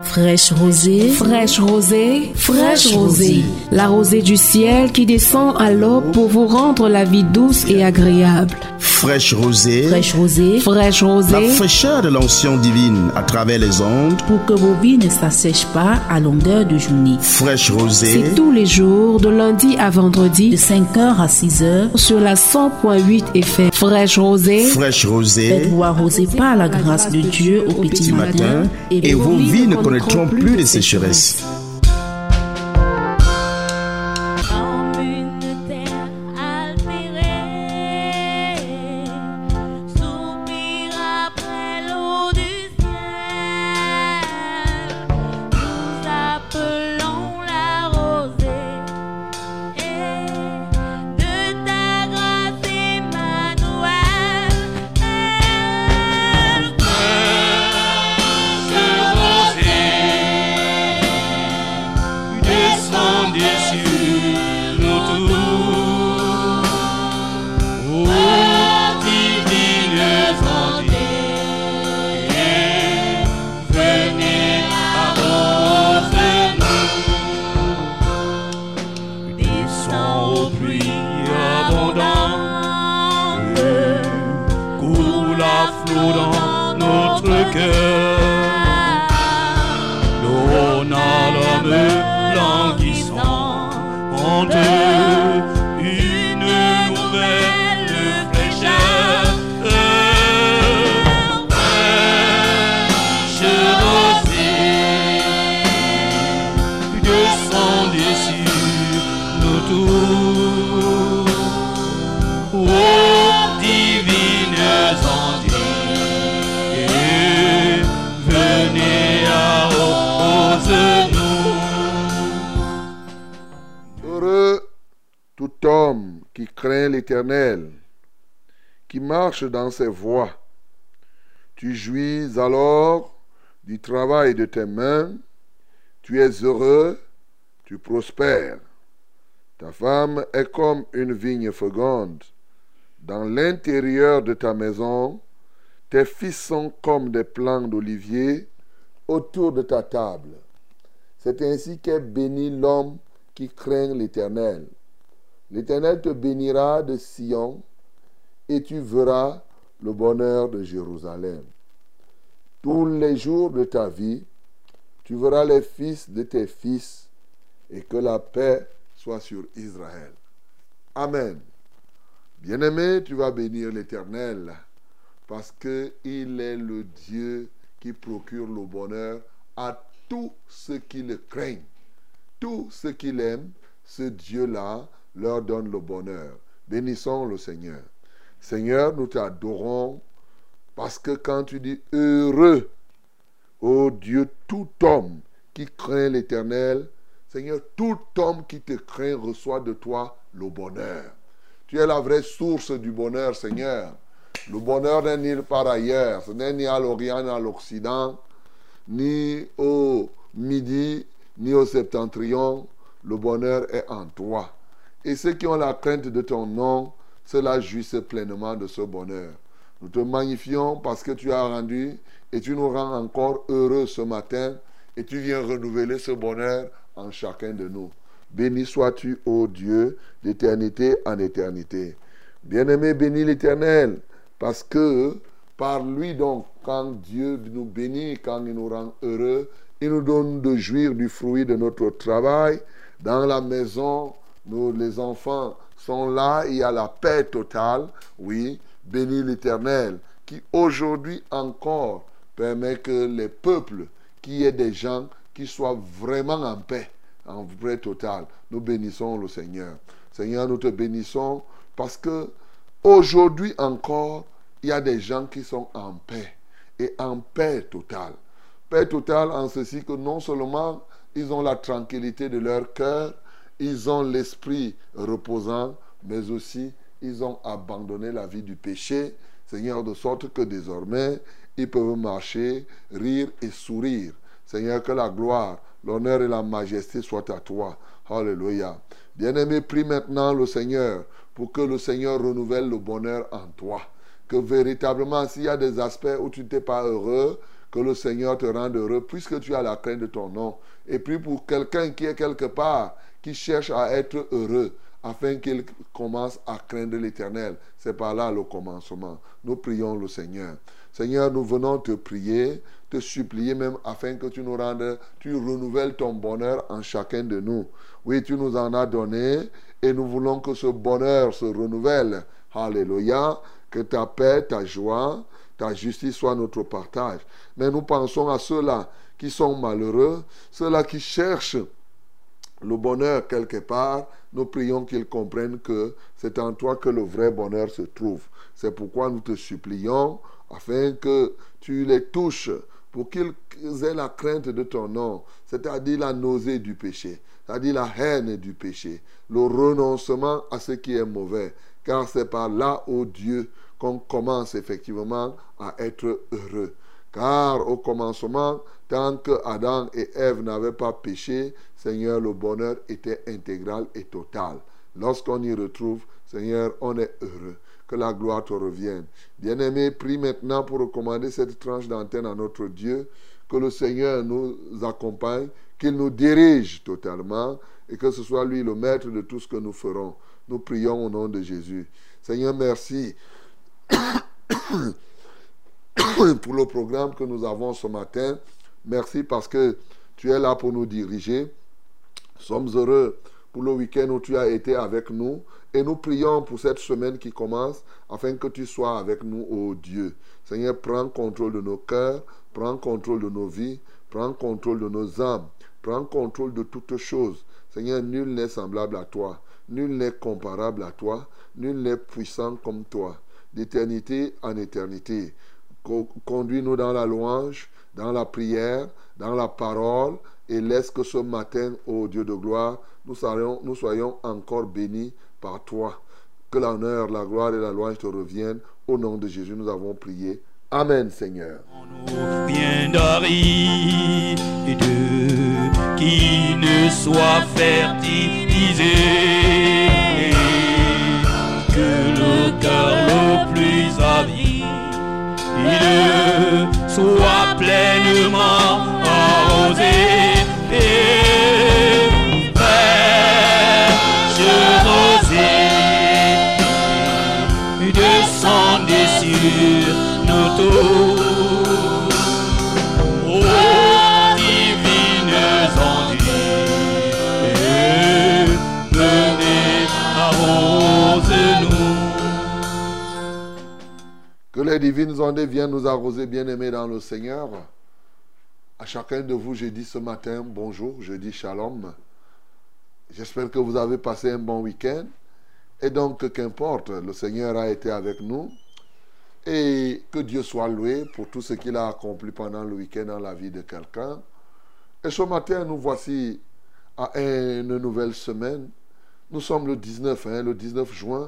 Fraîche rosée, fraîche rosée, fraîche rosée. La rosée du ciel qui descend à l'aube pour vous rendre la vie douce et agréable. Fraîche rosée, fraîche rosée, fraîche rosée. La fraîcheur de l'onction divine à travers les ondes. Pour que vos vies ne s'assèchent pas à longueur de journée. Fraîche rosée. C'est tous les jours, de lundi à vendredi, de 5h à 6h, sur la 100.8 FM. Fraîche rosée. Fraîche rosée. Faites-vous arroser par la grâce de Dieu au petit matin. Et vos vies ne connaîtront plus de sécheresse. L'Éternel, qui marche dans ses voies. Tu jouis alors du travail de tes mains, tu es heureux, tu prospères. Ta femme est comme une vigne féconde. Dans l'intérieur de ta maison, tes fils sont comme des plants d'olivier autour de ta table. C'est ainsi qu'est béni l'homme qui craint l'Éternel. L'Éternel te bénira de Sion et tu verras le bonheur de Jérusalem. Tous les jours de ta vie, tu verras les fils de tes fils et que la paix soit sur Israël. Amen. Bien-aimé, tu vas bénir l'Éternel parce qu'il est le Dieu qui procure le bonheur à tous ceux qui le craignent. Tous ceux qui l'aiment, ce Dieu-là leur donne le bonheur. Bénissons le Seigneur. Seigneur, nous t'adorons parce que quand tu dis heureux, ô Dieu, tout homme qui craint l'Éternel, Seigneur, tout homme qui te craint reçoit de toi le bonheur. Tu es la vraie source du bonheur, Seigneur. Le bonheur n'est nulle part ailleurs. Ce n'est ni à l'Orient, ni à l'Occident, ni au Midi, ni au Septentrion. Le bonheur est en toi. Et ceux qui ont la crainte de ton nom, ceux-là jouissent pleinement de ce bonheur. Nous te magnifions parce que tu as rendu et tu nous rends encore heureux ce matin et tu viens renouveler ce bonheur en chacun de nous. Béni sois-tu, ô Dieu, d'éternité en éternité. Bien-aimé, bénis l'Éternel parce que par lui donc, quand Dieu nous bénit, quand il nous rend heureux, il nous donne de jouir du fruit de notre travail dans la maison. Nous, les enfants sont là, il y a la paix totale. Oui, bénis l'Éternel, qui aujourd'hui encore permet que les peuples, qu'il y ait des gens qui soient vraiment en paix totale. Nous bénissons le Seigneur. Seigneur, nous te bénissons parce que aujourd'hui encore, il y a des gens qui sont en paix et en paix totale. Paix totale en ceci que non seulement ils ont la tranquillité de leur cœur, ils ont l'esprit reposant, mais aussi ils ont abandonné la vie du péché, Seigneur, de sorte que désormais, ils peuvent marcher, rire et sourire. Seigneur, que la gloire, l'honneur et la majesté soient à toi. Alléluia. Bien-aimé, prie maintenant le Seigneur pour que le Seigneur renouvelle le bonheur en toi. Que véritablement, s'il y a des aspects où tu n'étais pas heureux, Que le Seigneur te rende heureux puisque tu as la crainte de ton nom. Et puis pour quelqu'un qui est quelque part, qui cherche à être heureux, afin qu'il commence à craindre l'Éternel. C'est par là le commencement. Nous prions le Seigneur. Seigneur, nous venons te prier, te supplier même afin que tu nous rendes, tu renouvelles ton bonheur en chacun de nous. Oui, tu nous en as donné et nous voulons que ce bonheur se renouvelle. Alléluia. Que ta paix, ta joie, ta justice soit notre partage. Mais nous pensons à ceux-là qui sont malheureux, ceux-là qui cherchent le bonheur quelque part. Nous prions qu'ils comprennent que c'est en toi que le vrai bonheur se trouve. C'est pourquoi nous te supplions afin que tu les touches pour qu'ils aient la crainte de ton nom, c'est-à-dire la nausée du péché, c'est-à-dire la haine du péché, le renoncement à ce qui est mauvais, car c'est par là, ô Dieu, qu'on commence effectivement à être heureux. Car au commencement, tant que Adam et Ève n'avaient pas péché, Seigneur, le bonheur était intégral et total. Lorsqu'on y retrouve, Seigneur, on est heureux. Que la gloire te revienne. Bien-aimé, prie maintenant pour recommander cette tranche d'antenne à notre Dieu. Que le Seigneur nous accompagne, qu'il nous dirige totalement et que ce soit lui le maître de tout ce que nous ferons. Nous prions au nom de Jésus. Seigneur, merci pour le programme que nous avons ce matin. Merci parce que tu es là pour nous diriger. Nous sommes heureux pour le week-end où tu as été avec nous. Et nous prions pour cette semaine qui commence afin que tu sois avec nous, ô Dieu. Seigneur, prends contrôle de nos cœurs, prends contrôle de nos vies, prends contrôle de nos âmes, prends contrôle de toutes choses. Seigneur, nul n'est semblable à toi, nul n'est comparable à toi, nul n'est puissant comme toi. D'éternité en éternité. Conduis-nous dans la louange, dans la prière, dans la parole, et laisse que ce matin, ô Dieu de gloire, nous soyons encore bénis par toi. Que l'honneur, la gloire et la louange te reviennent. Au nom de Jésus, nous avons prié. Amen, Seigneur. On nous vient d'Ari et de qui ne soit fertilisé, que le cœur le plus avide soit pleinement arrosé. Descendez sur nos tours, ô divines ondes, venez arrose-nous. Que les divines ondes viennent nous arroser, bien-aimés dans le Seigneur. À chacun de vous, je dis ce matin bonjour, je dis shalom. J'espère que vous avez passé un bon week-end. Et donc, qu'importe, le Seigneur a été avec nous. Et que Dieu soit loué pour tout ce qu'il a accompli pendant le week-end dans la vie de quelqu'un. Et ce matin, nous voici à une nouvelle semaine. Nous sommes le 19 juin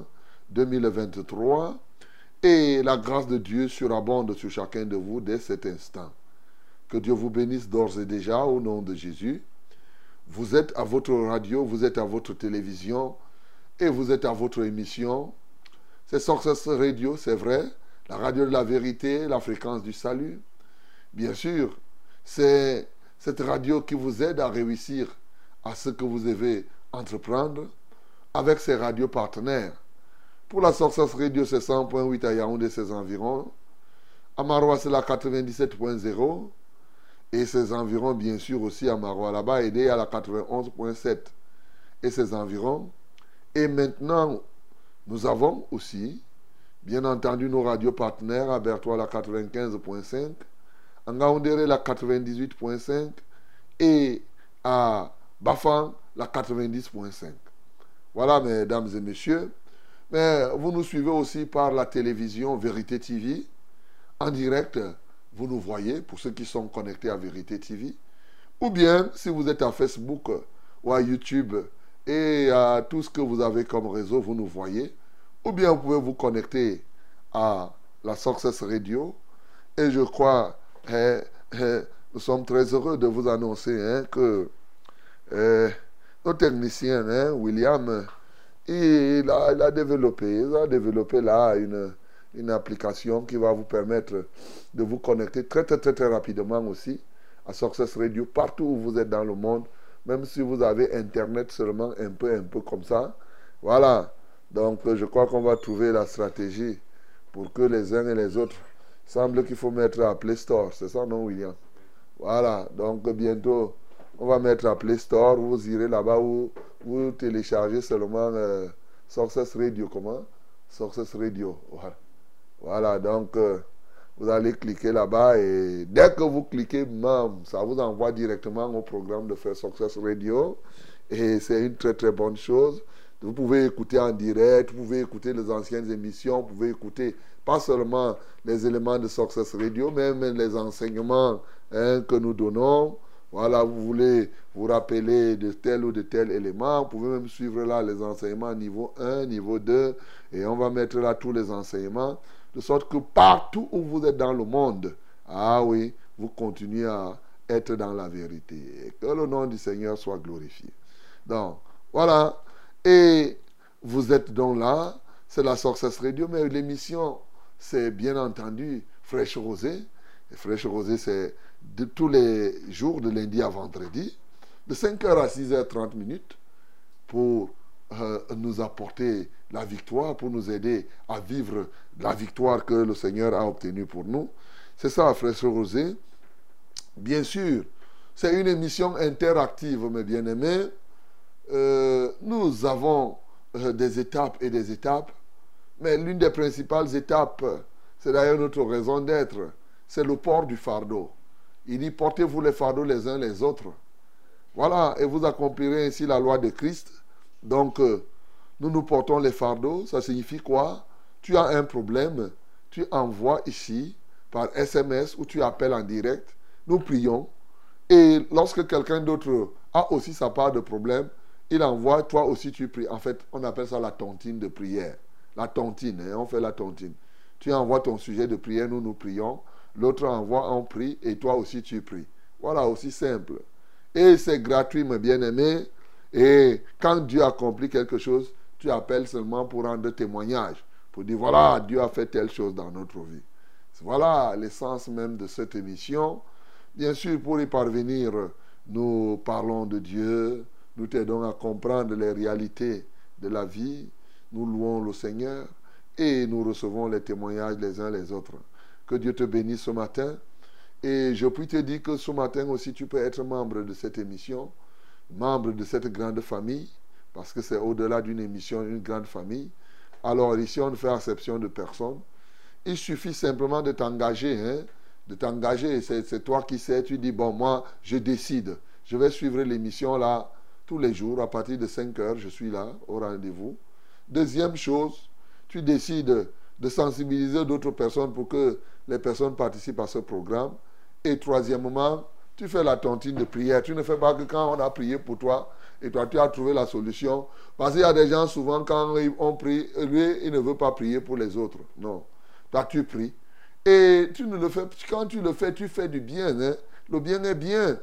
2023. Et la grâce de Dieu surabonde sur chacun de vous dès cet instant. Que Dieu vous bénisse d'ores et déjà au nom de Jésus. Vous êtes à votre radio, vous êtes à votre télévision et vous êtes à votre émission. C'est Success Radio, c'est vrai. La radio de la vérité, la fréquence du salut. Bien sûr, c'est cette radio qui vous aide à réussir à ce que vous devez entreprendre avec ses radios partenaires. Pour la Success Radio, c'est 100.8 à Yaoundé et ses environs. À Maroua, c'est la 97.0. Et ses environs, bien sûr, aussi à Maroua là-bas, aidé à la 91.7 et ses environs. Et maintenant, nous avons aussi, bien entendu, nos radios partenaires à Bertois la 95.5, à Ngaoundéré la 98.5 et à Bafang la 90.5. Voilà, mesdames et messieurs. Mais vous nous suivez aussi par la télévision Vérité TV. En direct, vous nous voyez, pour ceux qui sont connectés à Vérité TV. Ou bien, si vous êtes à Facebook ou à YouTube et à tout ce que vous avez comme réseau, vous nous voyez. Ou bien, vous pouvez vous connecter à la Success Radio. Et je crois, nous sommes très heureux de vous annoncer que notre technicien, William, il a développé là une application qui va vous permettre de vous connecter très, très, très, très rapidement aussi à Success Radio, partout où vous êtes dans le monde, même si vous avez Internet seulement un peu comme ça. Voilà. Donc, je crois qu'on va trouver la stratégie pour que les uns et les autres, il semble qu'il faut mettre à Play Store. C'est ça, non, William? Voilà. Donc, bientôt, on va mettre à Play Store. Vous irez là-bas où vous téléchargez seulement Success Radio. Comment? Success Radio. Voilà. Voilà. Donc, vous allez cliquer là-bas et dès que vous cliquez, ça vous envoie directement au programme de Frère Success Radio. Et c'est une très, très bonne chose. Vous pouvez écouter en direct, vous pouvez écouter les anciennes émissions, vous pouvez écouter pas seulement les éléments de Success Radio, mais même les enseignements que nous donnons. Voilà, vous voulez vous rappeler de tel ou de tel élément, vous pouvez même suivre là les enseignements niveau 1, niveau 2, et on va mettre là tous les enseignements, de sorte que partout où vous êtes dans le monde, ah oui, vous continuez à être dans la vérité. Et que le nom du Seigneur soit glorifié. Donc, voilà. Et vous êtes donc là, c'est la Success Radio, mais l'émission, c'est bien entendu Fraîche Rosée. Et Fraîche Rosée, c'est de tous les jours, de lundi à vendredi, de 5h à 6h30 pour nous apporter la victoire, pour nous aider à vivre la victoire que le Seigneur a obtenue pour nous. C'est ça, Fraîche Rosée. Bien sûr, c'est une émission interactive, mes bien-aimés. Nous avons des étapes et des étapes, mais l'une des principales étapes, c'est d'ailleurs notre raison d'être, c'est le port du fardeau. Il dit, portez-vous les fardeaux les uns les autres. Voilà, et vous accomplirez ainsi la loi de Christ. Donc, nous portons les fardeaux. Ça signifie quoi? Tu as un problème, tu envoies ici par SMS ou tu appelles en direct. Nous prions. Et lorsque quelqu'un d'autre a aussi sa part de problème, il envoie, toi aussi tu pries. En fait, on appelle ça la tontine de prière. La tontine, on fait la tontine. Tu envoies ton sujet de prière, nous prions. L'autre envoie, on prie, et toi aussi tu pries. Voilà, aussi simple. Et c'est gratuit, mes bien-aimés. Et quand Dieu accomplit quelque chose, tu appelles seulement pour rendre témoignage. Pour dire, voilà, Dieu a fait telle chose dans notre vie. Voilà l'essence même de cette émission. Bien sûr, pour y parvenir, nous parlons de Dieu. Nous t'aidons à comprendre les réalités de la vie. Nous louons le Seigneur et nous recevons les témoignages les uns les autres. Que Dieu te bénisse ce matin. Et je puis te dire que ce matin aussi, tu peux être membre de cette émission, membre de cette grande famille, parce que c'est au-delà d'une émission, une grande famille. Alors ici, on ne fait exception de personne. Il suffit simplement de t'engager. De t'engager. C'est toi qui sais. Tu dis, bon, moi, je décide. Je vais suivre l'émission là tous les jours. À partir de 5h, je suis là, au rendez-vous. Deuxième chose, tu décides de sensibiliser d'autres personnes pour que les personnes participent à ce programme. Et troisièmement, tu fais la tontine de prière. Tu ne fais pas que quand on a prié pour toi, et toi tu as trouvé la solution. Parce qu'il y a des gens souvent, quand on prie, lui, il ne veut pas prier pour les autres. Non. Toi, tu pries. Et tu ne le fais, quand tu le fais, tu fais du bien. Le bien est bien.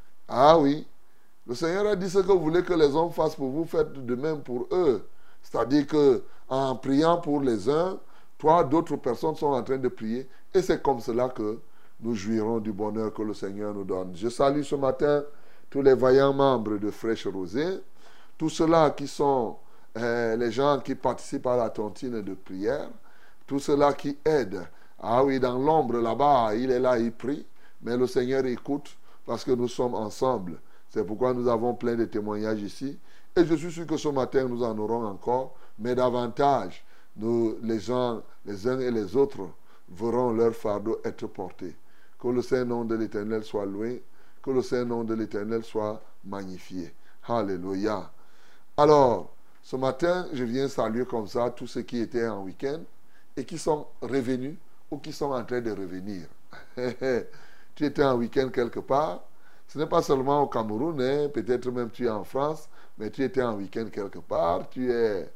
Ah oui. Le Seigneur a dit ce que vous voulez que les hommes fassent pour vous, faites de même pour eux. C'est-à-dire qu'en priant pour les uns, toi, d'autres personnes sont en train de prier. Et c'est comme cela que nous jouirons du bonheur que le Seigneur nous donne. Je salue ce matin tous les vaillants membres de Fraîche Rosée, tous ceux-là qui sont les gens qui participent à la tontine de prière, tous ceux-là qui aident. Ah oui, dans l'ombre là-bas, il est là, il prie, mais le Seigneur écoute parce que nous sommes ensemble. C'est pourquoi nous avons plein de témoignages ici. Et je suis sûr que ce matin, nous en aurons encore, mais davantage, les gens, les uns et les autres, verront leur fardeau être porté. Que le Saint-Nom de l'Éternel soit loué, que le Saint-Nom de l'Éternel soit magnifié. Alléluia. Alors, ce matin, je viens saluer comme ça tous ceux qui étaient en week-end et qui sont revenus ou qui sont en train de revenir. Tu étais en week-end quelque part. Ce n'est pas seulement au Cameroun, peut-être même tu es en France, mais tu étais en week-end quelque part. Tu es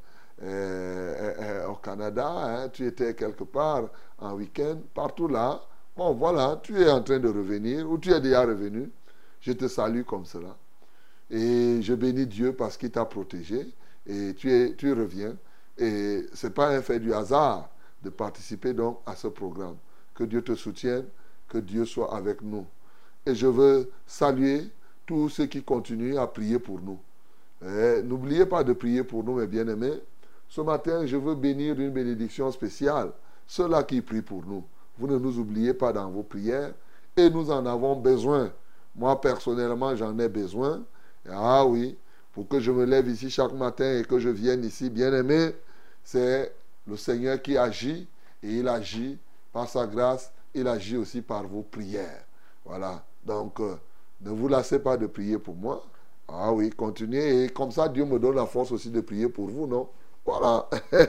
au Canada, tu étais quelque part en week-end, partout là. Bon, voilà, tu es en train de revenir ou tu es déjà revenu. Je te salue comme cela. Et je bénis Dieu parce qu'il t'a protégé. Et tu reviens. Et ce n'est pas un fait du hasard. de participer donc à ce programme. Que Dieu te soutienne, que Dieu soit avec nous. Et je veux saluer tous ceux qui continuent à prier pour nous. N'oubliez pas de prier pour nous, mes bien-aimés. Ce matin, je veux bénir d'une bénédiction spéciale ceux-là qui prient pour nous. Vous ne nous oubliez pas dans vos prières et nous en avons besoin. Moi, personnellement, j'en ai besoin. Ah oui, pour que je me lève ici chaque matin et que je vienne ici, bien-aimé, c'est le Seigneur qui agit et il agit par sa grâce, il agit aussi par vos prières. Voilà, donc ne vous lassez pas de prier pour moi. Ah oui, continuez et comme ça Dieu me donne la force aussi de prier pour vous, non? Voilà.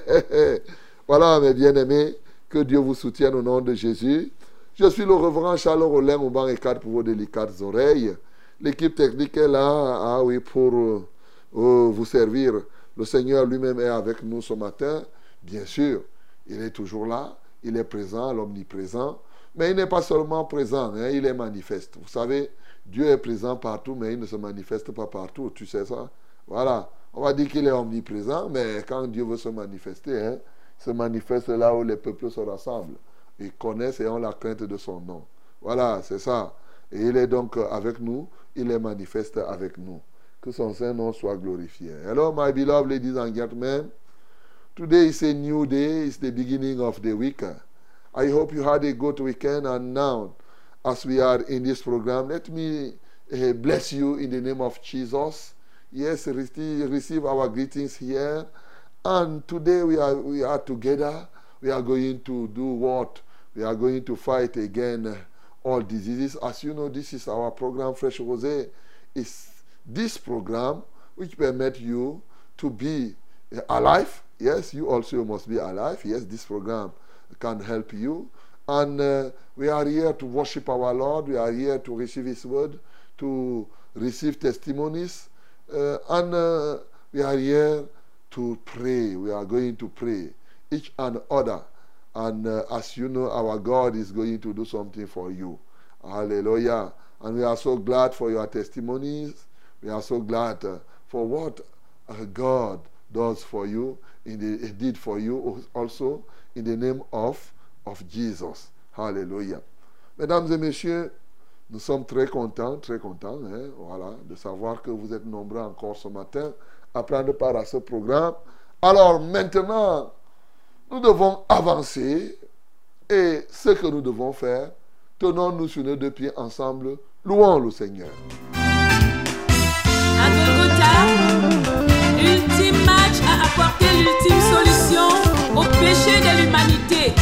Voilà, mes bien-aimés, que Dieu vous soutienne au nom de Jésus. Je suis le reverend Charles Rollin au banc et cadre pour vos délicates oreilles. L'équipe technique est là, ah oui, pour vous servir. Le Seigneur lui-même est avec nous ce matin. Bien sûr, il est toujours là, il est présent, l'omniprésent. Mais il n'est pas seulement présent, hein, il est manifeste. Vous savez, Dieu est présent partout, mais il ne se manifeste pas partout. Tu sais ça? Voilà. On va dire qu'il est omniprésent, mais quand Dieu veut se manifester, hein, il se manifeste là où les peuples se rassemblent. Ils connaissent et ont la crainte de son nom. Voilà, c'est ça. Et il est donc avec nous, il est manifeste avec nous. Que son saint nom soit glorifié. Hello, my beloved ladies and gentlemen. Today is a new day. It's the beginning of the week. I hope you had a good weekend. And now, as we are in this program, let me bless you in the name of Jesus. Yes, receive our greetings here. And today we are together. We are going to do what? We are going to fight again all diseases. As you know, this is our program, Fresh Rosé. It's this program which permits you to be alive. Yes, you also must be alive. Yes, this program can help you. And we are here to worship our Lord. We are here to receive His word, to receive testimonies. And we are here to pray. We are going to pray each and other. And as you know, our God is going to do something for you. Hallelujah. And we are so glad for your testimonies. We are so glad for what God does for you, did for you also, in the name of Jesus. Hallelujah. Mesdames et messieurs, nous sommes très contents, hein, voilà, de savoir que vous êtes nombreux encore ce matin à prendre part à ce programme. Alors maintenant, nous devons avancer et ce que nous devons faire, tenons-nous sur nos deux pieds ensemble, louons le Seigneur. À Golgotha, l'ultime match a apporté l'ultime solution au péché de l'humanité.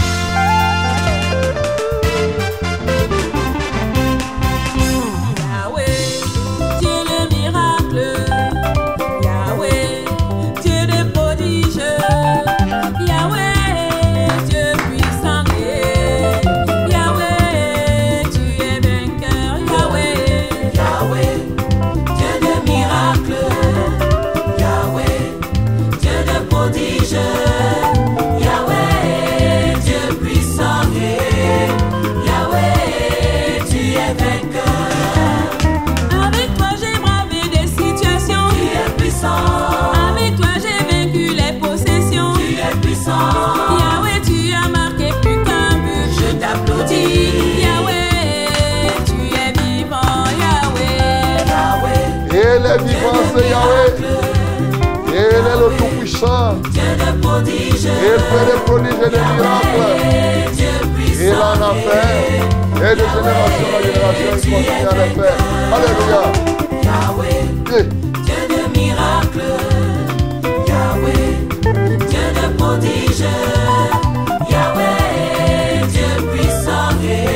Yahweh, il est le Tout-Puissant, il fait des prodiges et des miracles, il en a fait, et de génération en génération, il continue à le faire. Alléluia. Yahweh, Dieu de miracles, Yahweh, Dieu de prodiges, Yahweh, Dieu puissant,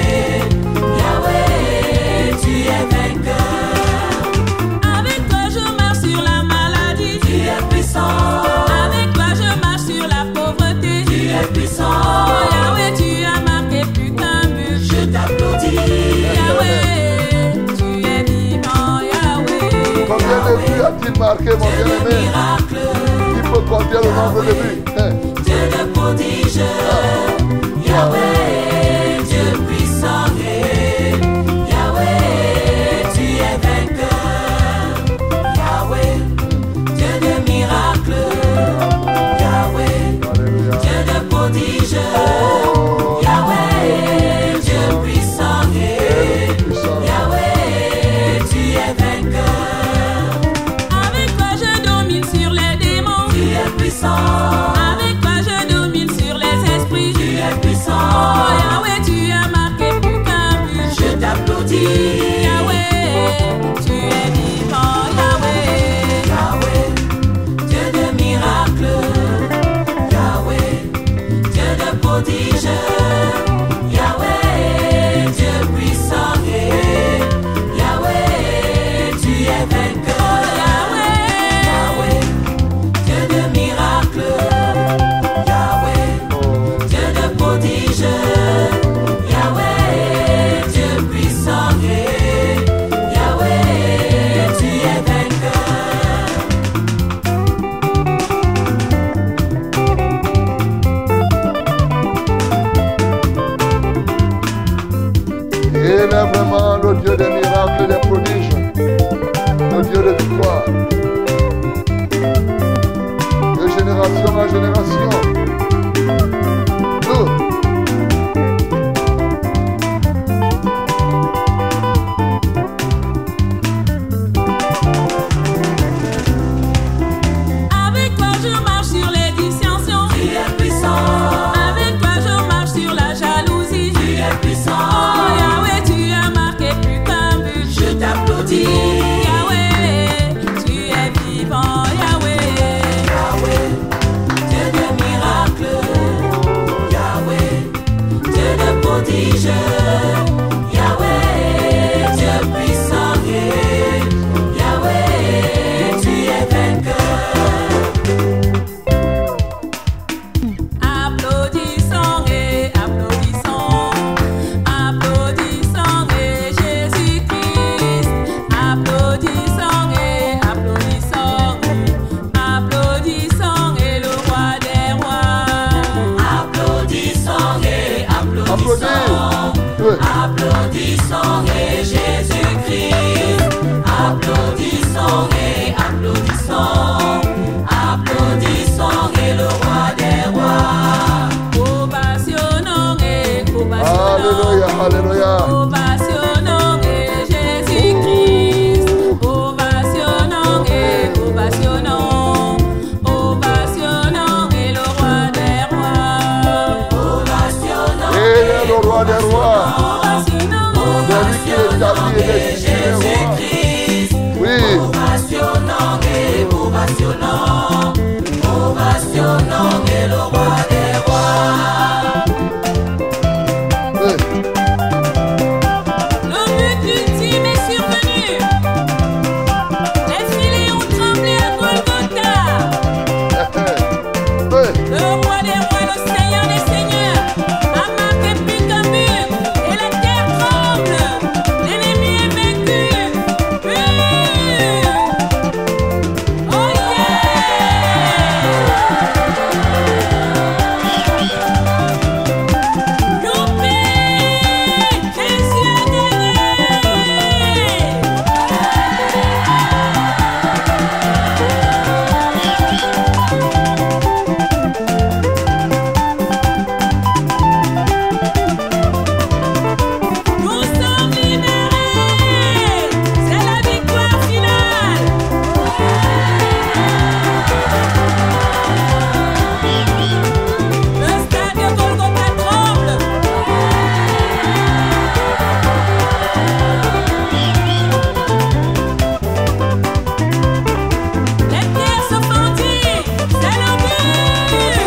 Yahweh, tu es vainqueur. Avec toi je marche sur la pauvreté. Tu es puissant. Oh Yahweh, tu as marqué plus qu'un but. Je t'applaudis. Yahweh, tu es vivant. Yahweh. Combien de buts a-t-il marqué, mon bien-aimé? Il faut compter le nombre de buts. Dieu de prodige. Yahweh, Dieu puissant. Yahweh, tu es vainqueur. Yahweh, Dieu de miracles, Yahweh, Dieu de prodiges, le Dieu de victoire. De génération en génération. Nous. Avec toi je marche sur les dissensions. Tu es puissant. Avec toi je marche sur la jalousie. Tu es puissant. Oh Yahweh, tu as marqué plus qu'un but. Je t'applaudis. Yahweh, tu es vivant. Yahweh, Yahweh, Dieu de miracles. Yahweh, Dieu de prodiges. Yahweh, Dieu puissant. Yahweh, tu es vainqueur. Applaudissons et applaudissons, applaudissons et Jésus-Christ. Applaudissons et applaudissons, applaudissons et le roi des rois. Applaudissons et applaudissons, applaudissons et Jésus-Christ. Applaudissons et applaudissons, applaudissons et le roi des rois. Ovationnons et Alléluia, ovationnons, alléluia. ovationnons et Jésus-Christ. Ovationnons et ovationnons, ovationnons et le roi des rois. Ovationnons Et il est le roi des rois. ovationnons, Celui qui établit et et décide les rois. Jésus-Christ. Oui. Ovationnons et ovationnons, ovationnons et le roi des rois. Oui. Le but ultime est survenu. Les filets ont tremblé à Golgotha. Oui. Le roi des rois, le Seigneur des seigneurs, a marqué plus qu'un but. Et la terre tremble. L'ennemi est vaincu. Oui. Oh yeah. Youpi. Jésus a gagné. Nous sommes libérés. C'est la victoire finale. Le stade de Golgotha tremble. Les pierres se fendillent. C'est le but.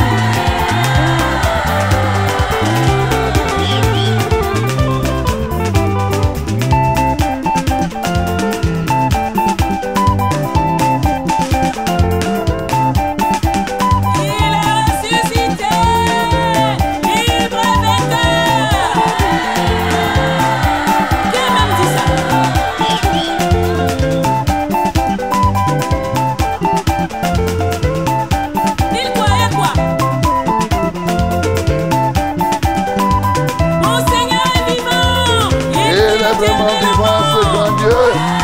Il est ressuscité, libre et vainqueur. Qui a même dit ça? Il croyait quoi? Mon Seigneur est vivant. Il est vraiment vivant, ce grand Dieu.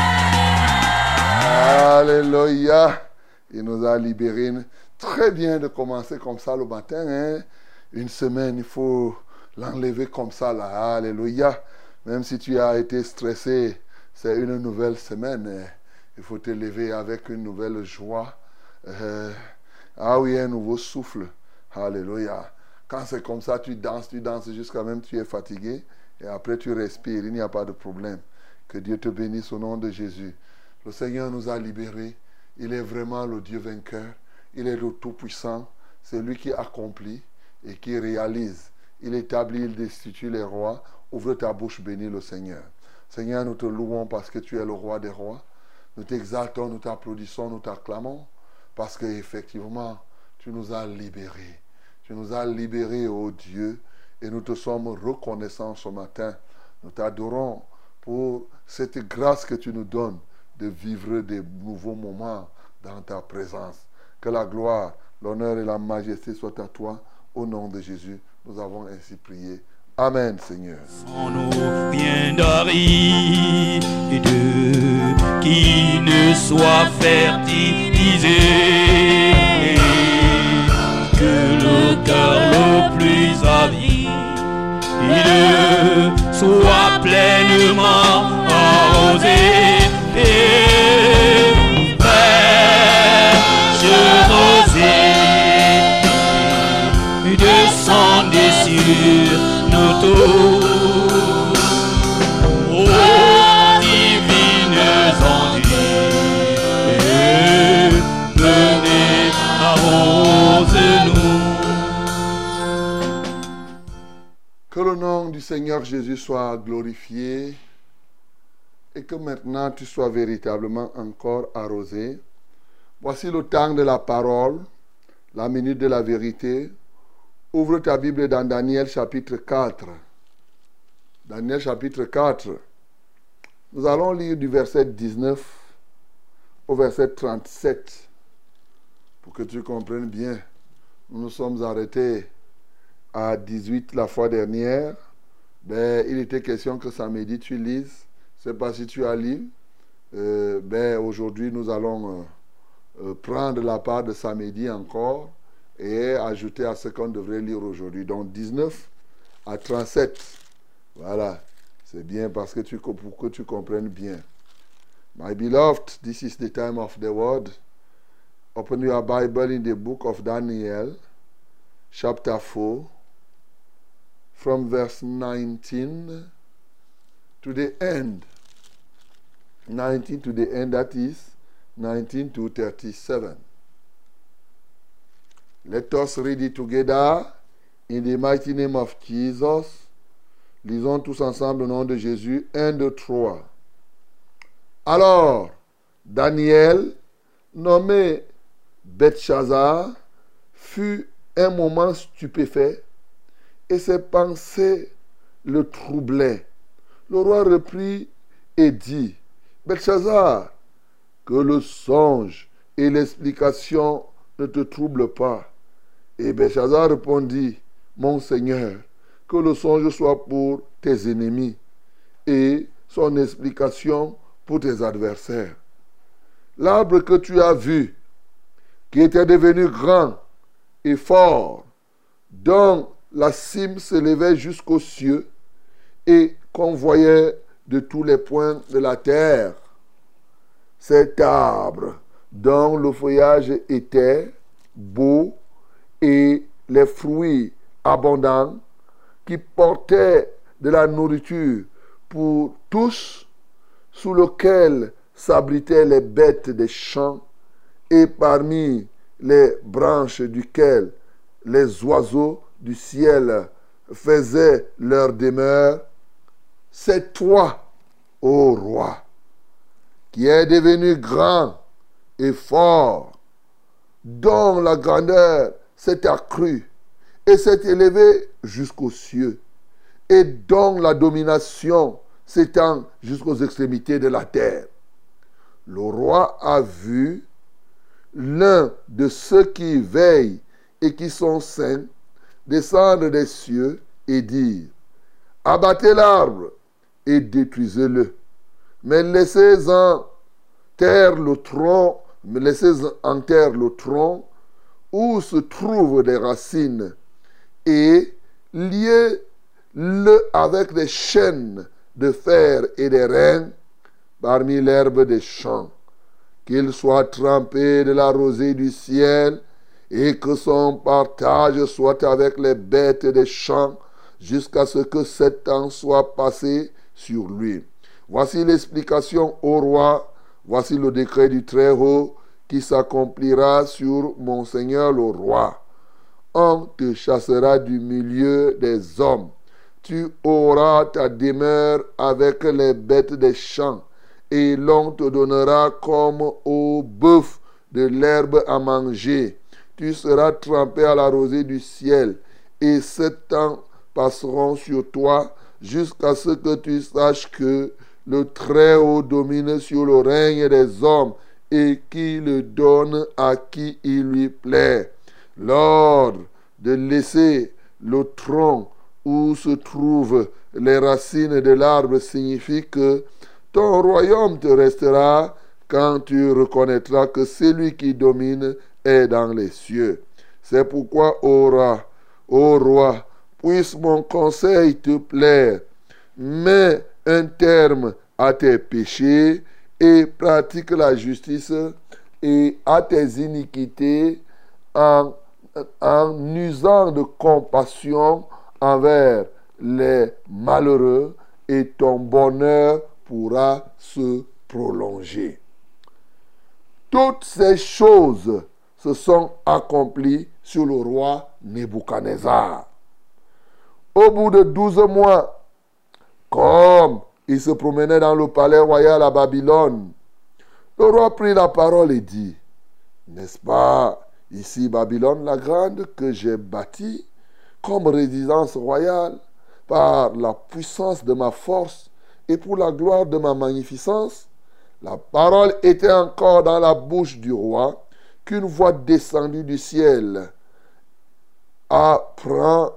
Alléluia. Il nous a libérés. Très bien de commencer comme ça le matin. Hein? Une semaine, il faut l'enlever comme ça. Là. Alléluia. Même si tu as été stressé, c'est une nouvelle semaine. Hein? Il faut te lever avec une nouvelle joie. Ah oui, un nouveau souffle. Alléluia. Quand c'est comme ça, tu danses jusqu'à même tu es fatigué. Et après tu respires. Il n'y a pas de problème. Que Dieu te bénisse au nom de Jésus. Le Seigneur nous a libérés. Il est vraiment le Dieu vainqueur. Il est le Tout-Puissant. C'est lui qui accomplit et qui réalise. Il établit, il destitue les rois. Ouvre ta bouche, bénis le Seigneur. Seigneur, nous te louons parce que tu es le roi des rois. Nous t'exaltons, nous t'applaudissons, nous t'acclamons. Parce qu'effectivement, tu nous as libérés. Tu nous as libérés, ô Dieu. Et nous te sommes reconnaissants ce matin. Nous t'adorons pour cette grâce que tu nous donnes de vivre des nouveaux moments dans ta présence. Que la gloire, l'honneur et la majesté soient à toi. Au nom de Jésus, nous avons ainsi prié. Amen, Seigneur. On nous vient d'Aride qui ne soit fertilisé, que le cœur le plus avide soit pleinement arrosé. Fraîche rosée, descendez sur nos tours. Que le nom du Seigneur Jésus soit glorifié et que maintenant tu sois véritablement encore arrosé. Voici le temps de la parole, la minute de la vérité. Ouvre ta Bible dans Daniel chapitre 4. Daniel chapitre 4. Nous allons lire du verset 19 au verset 37. Pour que tu comprennes bien, nous nous sommes arrêtés à 18 la fois dernière. Il était question que samedi tu lises. Je ne sais pas si tu as lu. Aujourd'hui, nous allons prendre la part de samedi encore et ajouter à ce qu'on devrait lire aujourd'hui. Donc 19 à 37. Voilà. C'est bien parce que pour que tu comprennes bien. My beloved, this is the time of the word. Open your Bible in the book of Daniel, chapter 4, from verse 19 to the end. 19 to the end, that is 19 to 37. Let us read it together in the mighty name of Jesus. Lisons tous ensemble au nom de Jésus. 1, 2, 3. Alors, Daniel, nommé Belshazzar, fut un moment stupéfait et ses pensées le troublaient. Le roi reprit et dit, Belshazzar, que le songe et l'explication ne te troublent pas. Et Belshazzar répondit, mon Seigneur, que le songe soit pour tes ennemis et son explication pour tes adversaires. L'arbre que tu as vu, qui était devenu grand et fort, dont la cime s'élevait jusqu'aux cieux et qu'on voyait de tous les points de la terre. Cet arbre dont le feuillage était beau et les fruits abondants, qui portait de la nourriture pour tous, sous lequel s'abritaient les bêtes des champs, et parmi les branches duquel les oiseaux du ciel faisaient leur demeure. C'est toi, ô roi, qui es devenu grand et fort, dont la grandeur s'est accrue et s'est élevée jusqu'aux cieux, et dont la domination s'étend jusqu'aux extrémités de la terre. Le roi a vu l'un de ceux qui veillent et qui sont saints descendre des cieux et dire, abattez l'arbre et détruisez-le, mais laissez en terre le tronc où se trouvent des racines, et liez-le avec des chaînes de fer et des rênes parmi l'herbe des champs, qu'il soit trempé de la rosée du ciel, et que son partage soit avec les bêtes des champs, jusqu'à ce que 7 ans soient passés sur lui. Voici l'explication au roi, voici le décret du Très-Haut qui s'accomplira sur mon Seigneur le roi. On te chassera du milieu des hommes. Tu auras ta demeure avec les bêtes des champs, et l'on te donnera comme au bœuf de l'herbe à manger. Tu seras trempé à la rosée du ciel, et 7 ans passeront sur toi, jusqu'à ce que tu saches que le Très-Haut domine sur le règne des hommes, et qu'il donne à qui il lui plaît. L'ordre de laisser le tronc où se trouvent les racines de l'arbre signifie que ton royaume te restera, quand tu reconnaîtras que celui qui domine est dans les cieux. C'est pourquoi, ô roi, puisse mon conseil te plaire. Mets un terme à tes péchés et pratique la justice et à tes iniquités en usant de compassion envers les malheureux, et ton bonheur pourra se prolonger. Toutes ces choses se sont accomplies sur le roi Nebuchadnezzar. Au bout de 12 mois, comme il se promenait dans le palais royal à Babylone, le roi prit la parole et dit, n'est-ce pas ici Babylone la grande que j'ai bâtie comme résidence royale par la puissance de ma force et pour la gloire de ma magnificence? La parole était encore dans la bouche du roi qu'une voix descendue du ciel. Apprends,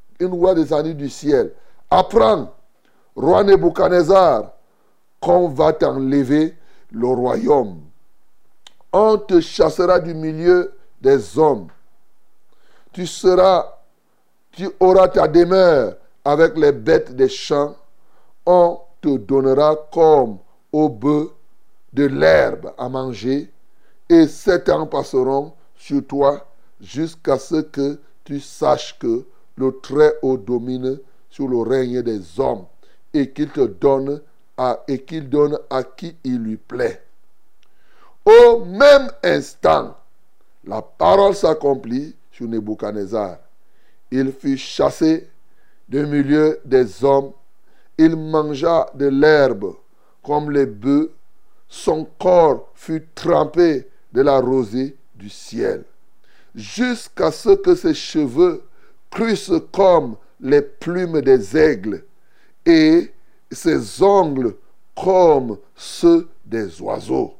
roi Nebuchadnezzar, qu'on va t'enlever le royaume. On te chassera du milieu des hommes. Tu auras ta demeure avec les bêtes des champs. On te donnera comme aux bœufs de l'herbe à manger, et 7 ans passeront sur toi jusqu'à ce que tu saches que le Très-Haut domine sur le règne des hommes et qu'il donne à qui il lui plaît. Au même instant, la parole s'accomplit sur Nebuchadnezzar. Il fut chassé du milieu des hommes. Il mangea de l'herbe comme les bœufs. Son corps fut trempé de la rosée du ciel, jusqu'à ce que ses cheveux crussent comme les plumes des aigles et ses ongles comme ceux des oiseaux.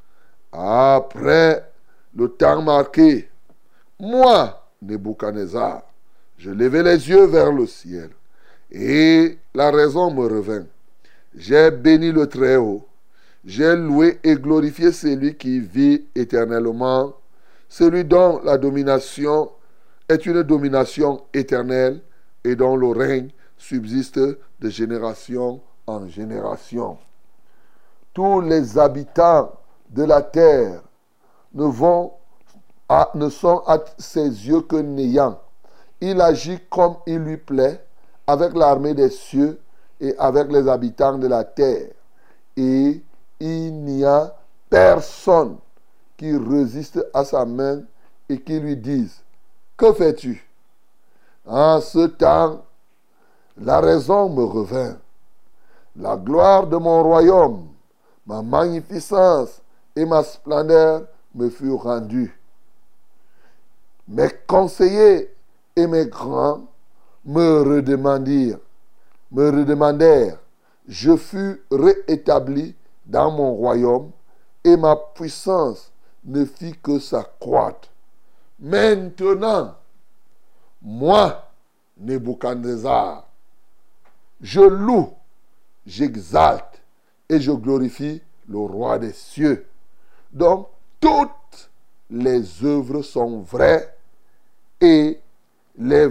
Après le temps marqué, moi, Nebuchadnezzar, je levai les yeux vers le ciel et la raison me revint. J'ai béni le Très-Haut. J'ai loué et glorifié celui qui vit éternellement, celui dont la domination est une domination éternelle et dont le règne subsiste de génération en génération. Tous les habitants de la terre ne sont à ses yeux que néants. Il agit comme il lui plaît avec l'armée des cieux et avec les habitants de la terre. Et il n'y a personne qui résiste à sa main et qui lui dise, que fais-tu? En ce temps, la raison me revint. La gloire de mon royaume, ma magnificence et ma splendeur me furent rendues. Mes conseillers et mes grands me redemandèrent. Je fus réétabli dans mon royaume et ma puissance ne fit que s'accroître. Maintenant, moi, Nebuchadnezzar, je loue, j'exalte et je glorifie le roi des cieux. Donc, toutes les œuvres sont vraies et les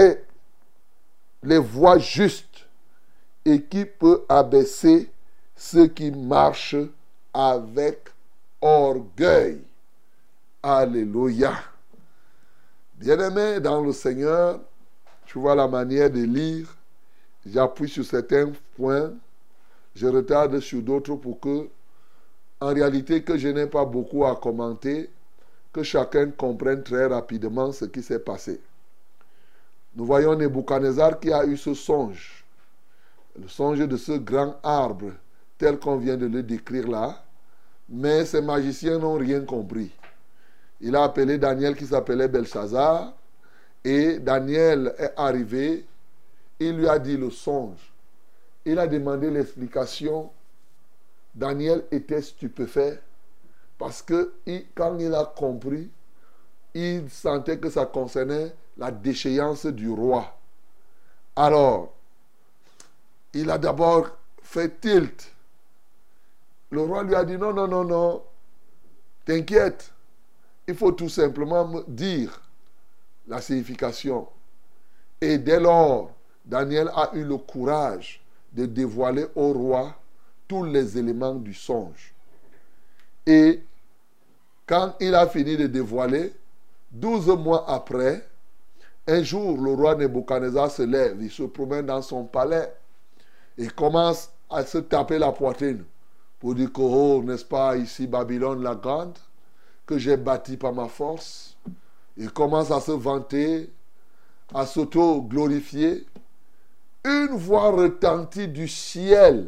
voies justes. Et qui peut abaisser ceux qui marchent avec orgueil? Alléluia. Bien-aimé dans le Seigneur, tu vois la manière de lire. J'appuie sur certains points, je retarde sur d'autres pour que, en réalité, que je n'ai pas beaucoup à commenter, que chacun comprenne très rapidement ce qui s'est passé. Nous voyons Nebuchadnezzar qui a eu ce songe. Le songe de ce grand arbre, tel qu'on vient de le décrire là. Mais ces magiciens n'ont rien compris. Il a appelé Daniel qui s'appelait Belchazar. Et Daniel est arrivé. Il lui a dit le songe. Il a demandé l'explication. Daniel était stupéfait. Parce que quand il a compris, il sentait que ça concernait la déchéance du roi. Alors, il a d'abord fait tilt. le roi lui a dit, non, non, non, non, t'inquiète, il faut tout simplement me dire la signification. Et dès lors, Daniel a eu le courage de dévoiler au roi tous les éléments du songe. Et quand il a fini de dévoiler, 12 mois après, un jour, le roi Nebuchadnezzar se lève, il se promène dans son palais et commence à se taper la poitrine pour dire que, oh, n'est-ce pas ici Babylone la grande, que j'ai bâti par ma force. Il commence à se vanter, à s'auto-glorifier. Une voix retentit du ciel.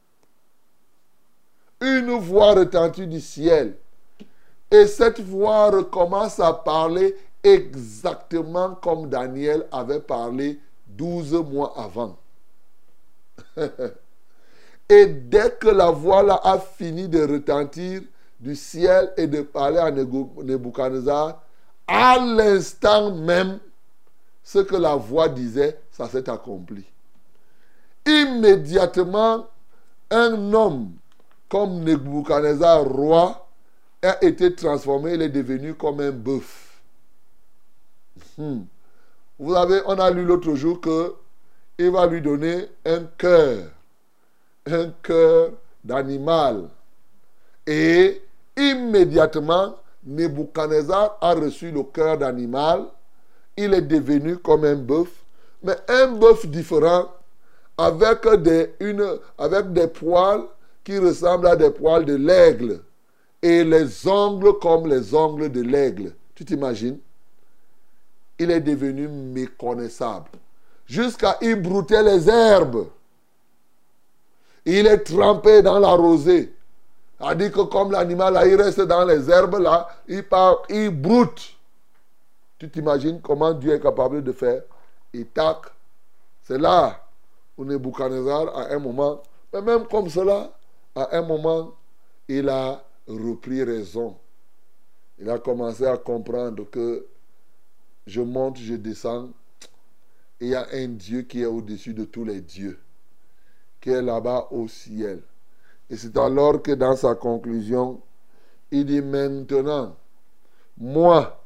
Une voix retentit du ciel. Et cette voix recommence à parler exactement comme Daniel avait parlé 12 mois avant. Et dès que la voix là a fini de retentir du ciel et de parler à Nebuchadnezzar, à l'instant même, ce que la voix disait, ça s'est accompli. Immédiatement, un homme comme Nebuchadnezzar, roi, a été transformé, il est devenu comme un bœuf. Vous savez, on a lu l'autre jour que il va lui donner un cœur d'animal. Et immédiatement, Nebuchadnezzar a reçu le cœur d'animal. Il est devenu comme un bœuf, mais un bœuf différent, avec des poils qui ressemblent à des poils de l'aigle. Et les ongles comme les ongles de l'aigle. Tu t'imagines? Il est devenu méconnaissable. Jusqu'à y brouter les herbes. Il est trempé dans la rosée. C'est-à-dire que comme l'animal, là, il reste dans les herbes, là, il broute. Tu t'imagines comment Dieu est capable de faire? Et tac, c'est là où Nebuchadnezzar, à un moment, mais même comme cela, à un moment, il a repris raison. Il a commencé à comprendre que je monte, je descends, et il y a un Dieu qui est au-dessus de tous les dieux, qui est là-bas au ciel. Et c'est alors que dans sa conclusion, il dit maintenant, moi,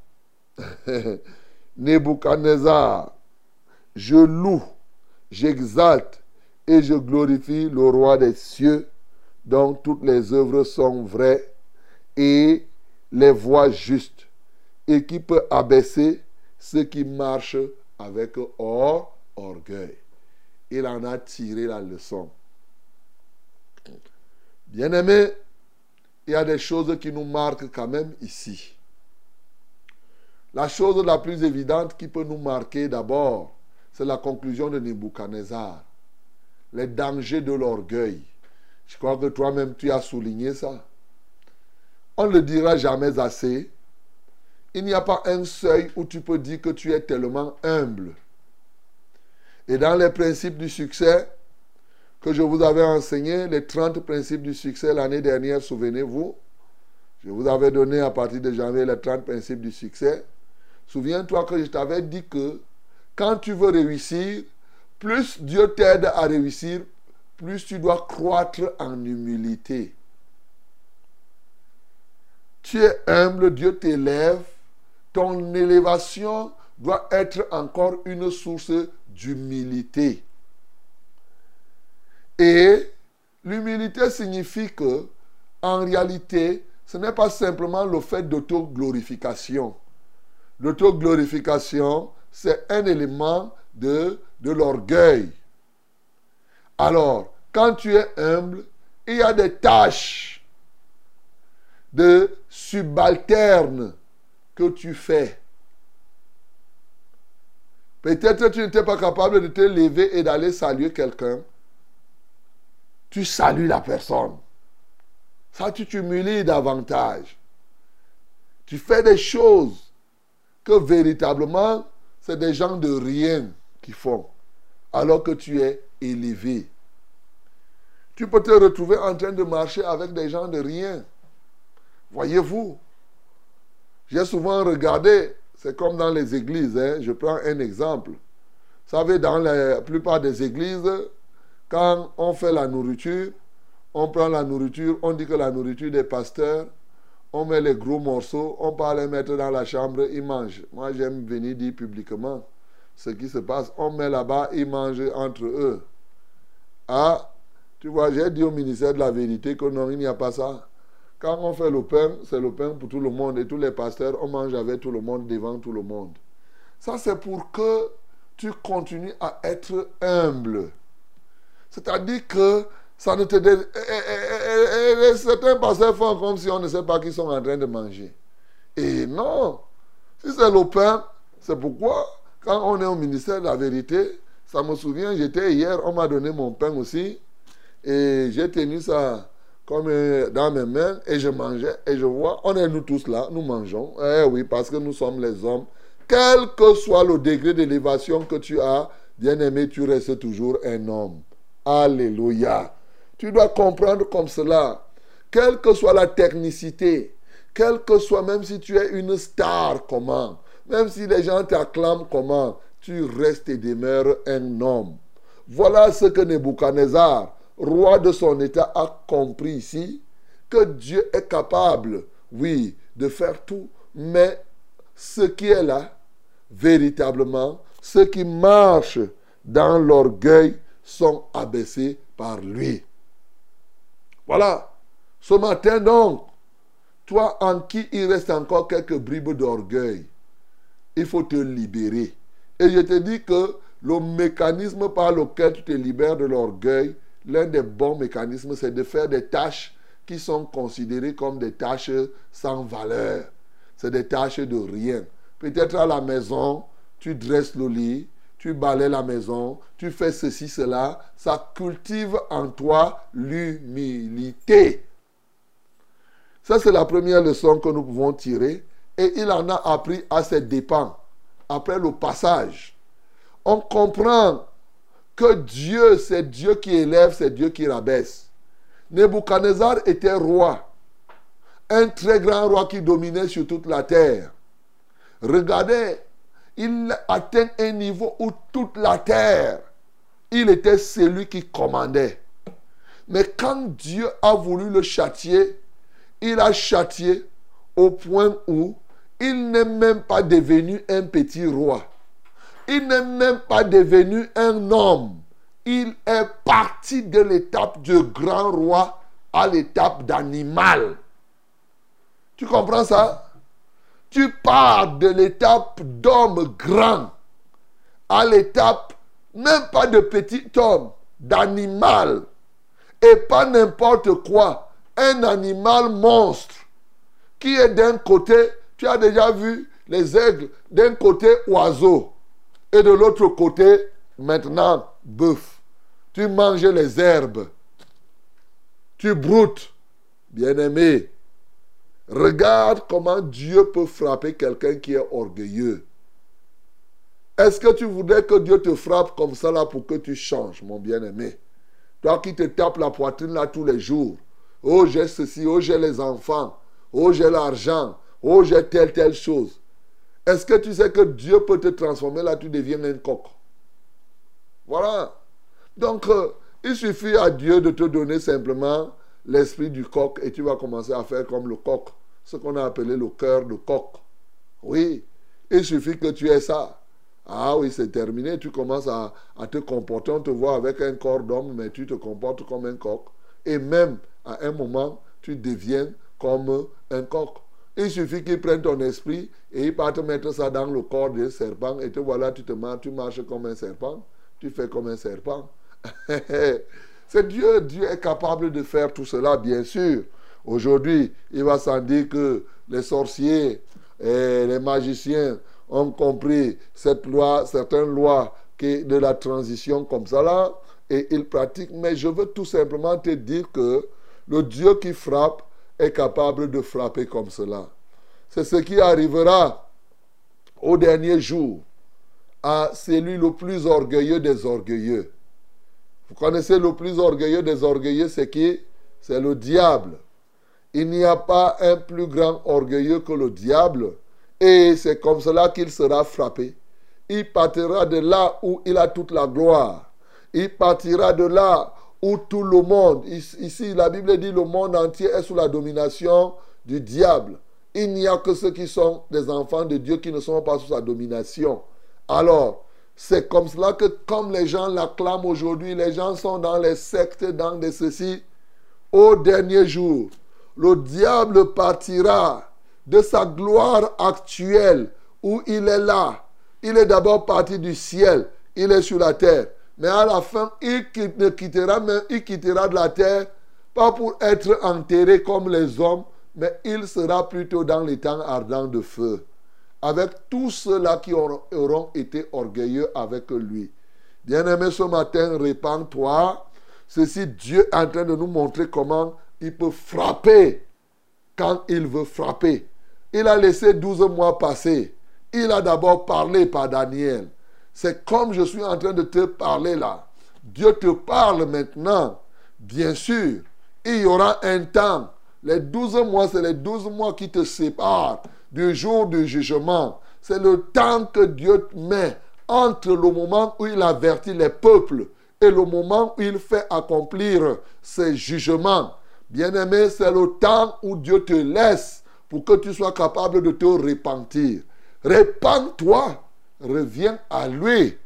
Nebuchadnezzar, je loue, j'exalte et je glorifie le roi des cieux, dont toutes les œuvres sont vraies et les voies justes, et qui peut abaisser ceux qui marchent avec orgueil. Il en a tiré la leçon. Bien-aimés, il y a des choses qui nous marquent quand même ici. La chose la plus évidente qui peut nous marquer d'abord, c'est la conclusion de Nebuchadnezzar. Les dangers de l'orgueil. Je crois que toi-même tu as souligné ça. On ne le dira jamais assez. Il n'y a pas un seuil où tu peux dire que tu es tellement humble. Et dans les principes du succès que je vous avais enseigné, les 30 principes du succès l'année dernière, souvenez-vous, je vous avais donné à partir de janvier les 30 principes du succès. Souviens-toi que je t'avais dit que quand tu veux réussir, plus Dieu t'aide à réussir, plus tu dois croître en humilité. Tu es humble, Dieu t'élève. Ton élévation doit être encore une source d'humilité. Et l'humilité signifie que, en réalité, ce n'est pas simplement le fait d'autoglorification. L'autoglorification, c'est un élément de l'orgueil. Alors, quand tu es humble, il y a des tâches de subalterne que tu fais. Peut-être tu n'étais pas capable de te lever et d'aller saluer quelqu'un. Tu salues la personne. Ça, tu t'humilies davantage. Tu fais des choses que véritablement, c'est des gens de rien qui font, alors que tu es élevé. Tu peux te retrouver en train de marcher avec des gens de rien. Voyez-vous, j'ai souvent regardé, c'est comme dans les églises, je prends un exemple. Vous savez, dans la plupart des églises, quand on fait la nourriture, On prend la nourriture, on dit que la nourriture des pasteurs, on met les gros morceaux, on part les mettre dans la chambre, ils mangent. Moi, j'aime venir dire publiquement ce qui se passe. On met là-bas, ils mangent entre eux. Ah, tu vois, j'ai dit au ministère de la vérité que non, il n'y a pas ça. Quand on fait le pain, c'est le pain pour tout le monde. Et tous les pasteurs, on mange avec tout le monde, devant tout le monde. Ça, c'est pour que tu continues à être humble. C'est-à-dire que ça ne te... certains pasteurs font comme si on ne sait pas qu'ils sont en train de manger. Et non. Si c'est le pain, c'est pourquoi, quand on est au ministère de la vérité, ça me souvient, j'étais hier, on m'a donné mon pain aussi. Et j'ai tenu ça comme dans mes mains et je mangeais. Et je vois, on est nous tous là, nous mangeons. Eh oui, parce que nous sommes les hommes. Quel que soit le degré d'élévation que tu as, bien-aimé, tu restes toujours un homme. Alléluia. Tu dois comprendre comme cela. Quelle que soit la technicité, quel que soit, même si tu es une star, comment, même si les gens t'acclament, comment, tu restes et demeures un homme. Voilà ce que Nebuchadnezzar, roi de son état, a compris ici, que Dieu est capable, oui, de faire tout, mais ce qui est là, véritablement, ceux qui marchent dans l'orgueil sont abaissés par lui. Voilà. Ce matin donc, toi en qui il reste encore quelques bribes d'orgueil, il faut te libérer. Et je te dis que le mécanisme par lequel tu te libères de l'orgueil, l'un des bons mécanismes, c'est de faire des tâches qui sont considérées comme des tâches sans valeur. C'est des tâches de rien. Peut-être à la maison, tu dresses le lit, tu balayes la maison, tu fais ceci, cela. Ça cultive en toi l'humilité. Ça, c'est la première leçon que nous pouvons tirer. Et il en a appris à ses dépens. Après le passage, on comprend que Dieu, c'est Dieu qui élève, c'est Dieu qui rabaisse. Nebuchadnezzar était roi. Un très grand roi qui dominait sur toute la terre. Regardez, il atteint un niveau où toute la terre, il était celui qui commandait. Mais quand Dieu a voulu le châtier, il a châtié au point où il n'est même pas devenu un petit roi. Il n'est même pas devenu un homme. Il est parti de l'étape de grand roi à l'étape d'animal. Tu comprends ça? Tu pars de l'étape d'homme grand à l'étape, même pas de petit homme, d'animal. Et pas n'importe quoi. Un animal monstre qui est d'un côté, tu as déjà vu les aigles, d'un côté oiseau et de l'autre côté maintenant bœuf. Tu manges les herbes, tu broutes, bien-aimé. Regarde comment Dieu peut frapper quelqu'un qui est orgueilleux. Est-ce que tu voudrais que Dieu te frappe comme ça là pour que tu changes, mon bien-aimé? Toi qui te tapes la poitrine là tous les jours. Oh, j'ai ceci, oh, j'ai les enfants, oh, j'ai l'argent, oh, j'ai telle chose. Est-ce que tu sais que Dieu peut te transformer là, tu deviens un coq? Voilà. Donc, il suffit à Dieu de te donner simplement l'esprit du coq et tu vas commencer à faire comme le coq. Ce qu'on a appelé le cœur de coq. Oui, il suffit que tu aies ça. Ah oui, c'est terminé. Tu commences à te comporter. On te voit avec un corps d'homme, mais tu te comportes comme un coq. Et même à un moment, tu deviens comme un coq. Il suffit qu'il prenne ton esprit et il va te mettre ça dans le corps d'un serpent. Et te voilà, tu marches comme un serpent. Tu fais comme un serpent. C'est Dieu. Dieu est capable de faire tout cela, bien sûr. Aujourd'hui, il va sans dire que les sorciers et les magiciens ont compris cette loi, certaines lois de la transition comme ça là, et ils pratiquent. Mais je veux tout simplement te dire que le Dieu qui frappe est capable de frapper comme cela. C'est ce qui arrivera au dernier jour à celui le plus orgueilleux des orgueilleux. Vous connaissez le plus orgueilleux des orgueilleux, c'est qui? C'est le diable. Il n'y a pas un plus grand orgueilleux que le diable. Et c'est comme cela qu'il sera frappé. Il partira de là où il a toute la gloire. Il partira de là où tout le monde, ici la Bible dit le monde entier est sous la domination du diable. Il n'y a que ceux qui sont des enfants de Dieu qui ne sont pas sous sa domination. Alors, c'est comme cela que comme les gens l'acclament aujourd'hui, les gens sont dans les sectes, dans des ceci, au dernier jour, le diable partira de sa gloire actuelle où il est là. Il est d'abord parti du ciel, il est sur la terre. Mais à la fin, il quittera de la terre, pas pour être enterré comme les hommes, mais il sera plutôt dans les temps ardents de feu, avec tous ceux-là qui auront été orgueilleux avec lui. Bien-aimé, ce matin, répands-toi. Ceci, Dieu est en train de nous montrer comment il peut frapper quand il veut frapper. Il a laissé 12 mois passer. Il a d'abord parlé par Daniel. C'est comme je suis en train de te parler là. Dieu te parle maintenant. Bien sûr, il y aura un temps. Les 12 mois, c'est les 12 mois qui te séparent du jour du jugement. C'est le temps que Dieu met entre le moment où il avertit les peuples et le moment où il fait accomplir ses jugements. Bien-aimé, c'est le temps où Dieu te laisse pour que tu sois capable de te repentir. Répands-toi, reviens à lui.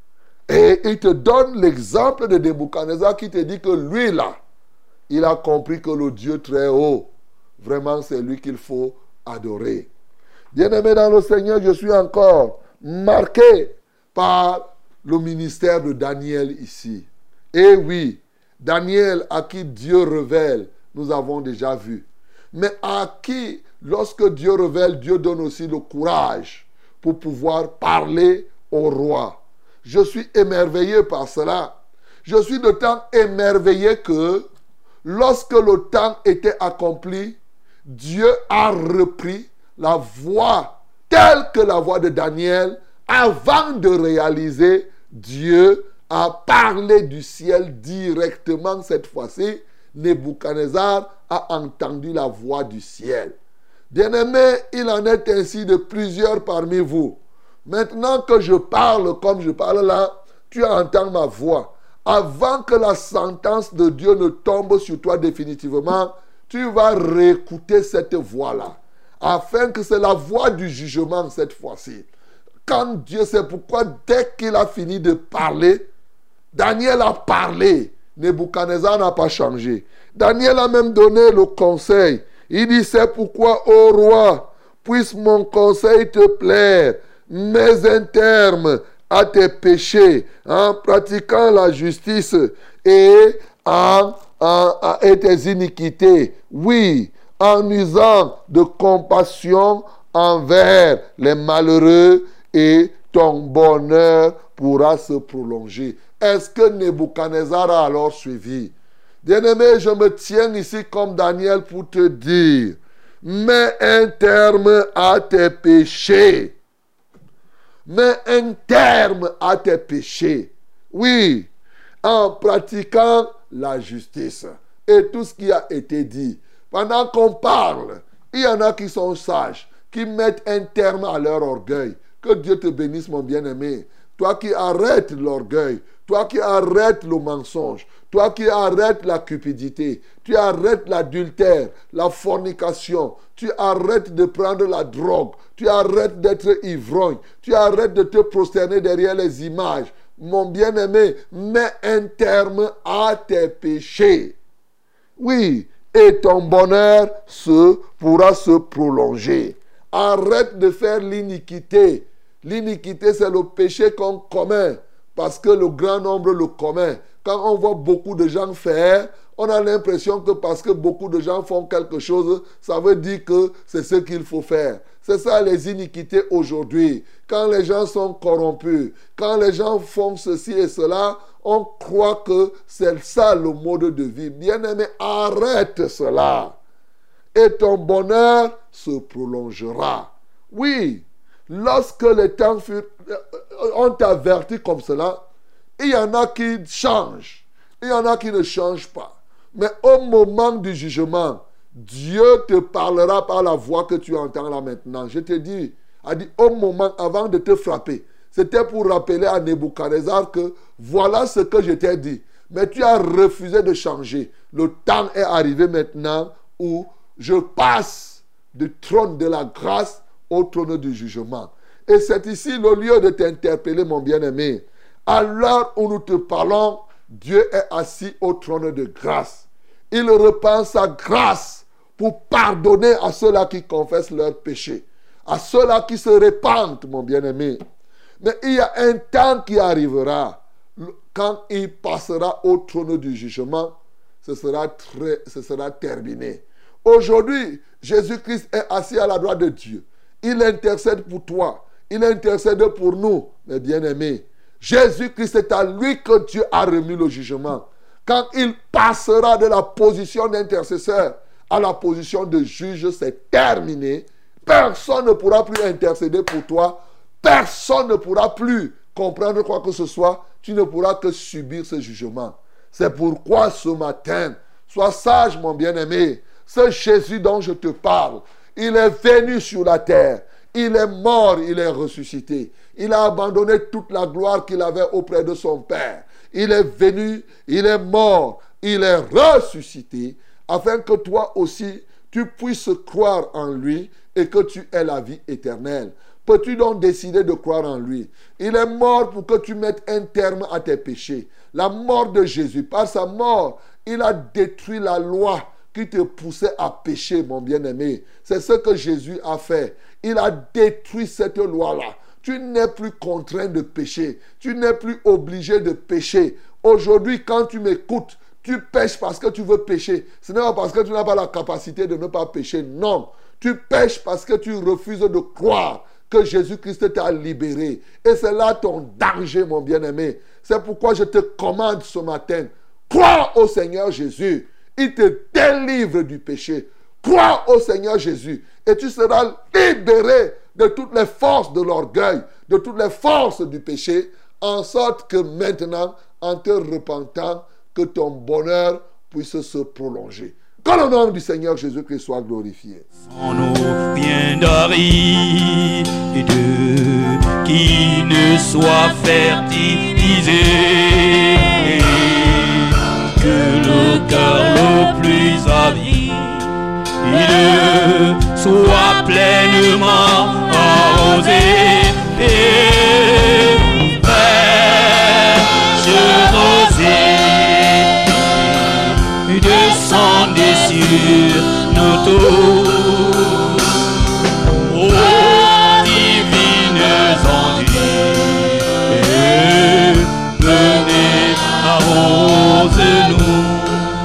Et il te donne l'exemple de Nebuchadnezzar qui te dit que lui là, il a compris que le Dieu très haut, vraiment c'est lui qu'il faut adorer. Bien-aimé dans le Seigneur, je suis encore marqué par le ministère de Daniel ici. Et oui, Daniel à qui Dieu révèle, nous avons déjà vu. Mais à qui, lorsque Dieu révèle, Dieu donne aussi le courage pour pouvoir parler au roi. Je suis émerveillé par cela. Je suis d'autant émerveillé que lorsque le temps était accompli, Dieu a repris la voix telle que la voix de Daniel. Avant de réaliser, Dieu a parlé du ciel directement cette fois-ci. Nebuchadnezzar a entendu la voix du ciel. Bien-aimé, il en est ainsi de plusieurs parmi vous. Maintenant que je parle comme je parle là, tu entends ma voix. Avant que la sentence de Dieu ne tombe sur toi définitivement, tu vas réécouter cette voix-là. Afin que c'est la voix du jugement cette fois-ci. Quand Dieu, c'est pourquoi dès qu'il a fini de parler, Daniel a parlé. Nebuchadnezzar n'a pas changé. Daniel a même donné le conseil. Il dit, c'est pourquoi, ô roi, puisse mon conseil te plaire, mets un terme à tes péchés en pratiquant la justice et tes iniquités. Oui, en usant de compassion envers les malheureux et ton bonheur pourra se prolonger. Est-ce que Nebuchadnezzar a alors suivi? Bien-aimé, je me tiens ici comme Daniel pour te dire, mets un terme à tes péchés. Mets un terme à tes péchés. Oui, en pratiquant la justice et tout ce qui a été dit. Pendant qu'on parle, il y en a qui sont sages, qui mettent un terme à leur orgueil. Que Dieu te bénisse, mon bien-aimé. Toi qui arrêtes l'orgueil, toi qui arrêtes le mensonge, toi qui arrêtes la cupidité, tu arrêtes l'adultère, la fornication, tu arrêtes de prendre la drogue, tu arrêtes d'être ivrogne, tu arrêtes de te prosterner derrière les images. Mon bien-aimé, mets un terme à tes péchés. Oui, et ton bonheur pourra se prolonger. Arrête de faire l'iniquité. L'iniquité, c'est le péché qu'on commet, parce que le grand nombre le commet. Quand on voit beaucoup de gens faire, on a l'impression que parce que beaucoup de gens font quelque chose, ça veut dire que c'est ce qu'il faut faire. C'est ça les iniquités aujourd'hui. Quand les gens sont corrompus, quand les gens font ceci et cela, on croit que c'est ça le mode de vie. Bien-aimé, arrête cela. Et ton bonheur se prolongera. Oui, lorsque les temps on t'avertit comme cela, il y en a qui changent, il y en a qui ne changent pas. Mais au moment du jugement, Dieu te parlera par la voix que tu entends là maintenant. Je te dis, au moment avant de te frapper, c'était pour rappeler à Nebuchadnezzar que voilà ce que je t'ai dit. Mais tu as refusé de changer. Le temps est arrivé maintenant où je passe du trône de la grâce au trône du jugement. Et c'est ici le lieu de t'interpeller, mon bien-aimé. À l'heure où nous te parlons, Dieu est assis au trône de grâce. Il répand sa grâce pour pardonner à ceux-là qui confessent leurs péchés, à ceux-là qui se répandent, mon bien-aimé. Mais il y a un temps qui arrivera, quand il passera au trône du jugement, ce sera terminé. Aujourd'hui, Jésus-Christ est assis à la droite de Dieu. Il intercède pour toi. Il intercède pour nous, mes bien-aimés. Jésus-Christ, c'est à lui que Dieu a remis le jugement. Quand il passera de la position d'intercesseur à la position de juge, c'est terminé. Personne ne pourra plus intercéder pour toi. Personne ne pourra plus comprendre quoi que ce soit. Tu ne pourras que subir ce jugement. C'est pourquoi ce matin, sois sage, mon bien-aimé. Ce Jésus dont je te parle, il est venu sur la terre. Il est mort, il est ressuscité. Il a abandonné toute la gloire qu'il avait auprès de son Père. Il est venu, il est mort, il est ressuscité, afin que toi aussi, tu puisses croire en lui et que tu aies la vie éternelle. Peux-tu donc décider de croire en lui? Il est mort pour que tu mettes un terme à tes péchés. La mort de Jésus, par sa mort, il a détruit la loi qui te poussait à pécher, mon bien-aimé. C'est ce que Jésus a fait. Il a détruit cette loi-là. Tu n'es plus contraint de pécher. Tu n'es plus obligé de pécher. Aujourd'hui, quand tu m'écoutes, tu pêches parce que tu veux pécher. Ce n'est pas parce que tu n'as pas la capacité de ne pas pécher. Non. Tu pêches parce que tu refuses de croire que Jésus-Christ t'a libéré. Et c'est là ton danger, mon bien-aimé. C'est pourquoi je te commande ce matin. Crois au Seigneur Jésus. Il te délivre du péché. Crois au Seigneur Jésus et tu seras libéré de toutes les forces de l'orgueil, de toutes les forces du péché, en sorte que maintenant, en te repentant, que ton bonheur puisse se prolonger. Que le nom du Seigneur Jésus-Christ soit glorifié. En eau bien d'aride, qui ne soit fertilisé, que le cœur le plus avide soit pleinement arrosé et fraîche rosée descendez sur nos tours, ô divines ondes, venez arrose-nous.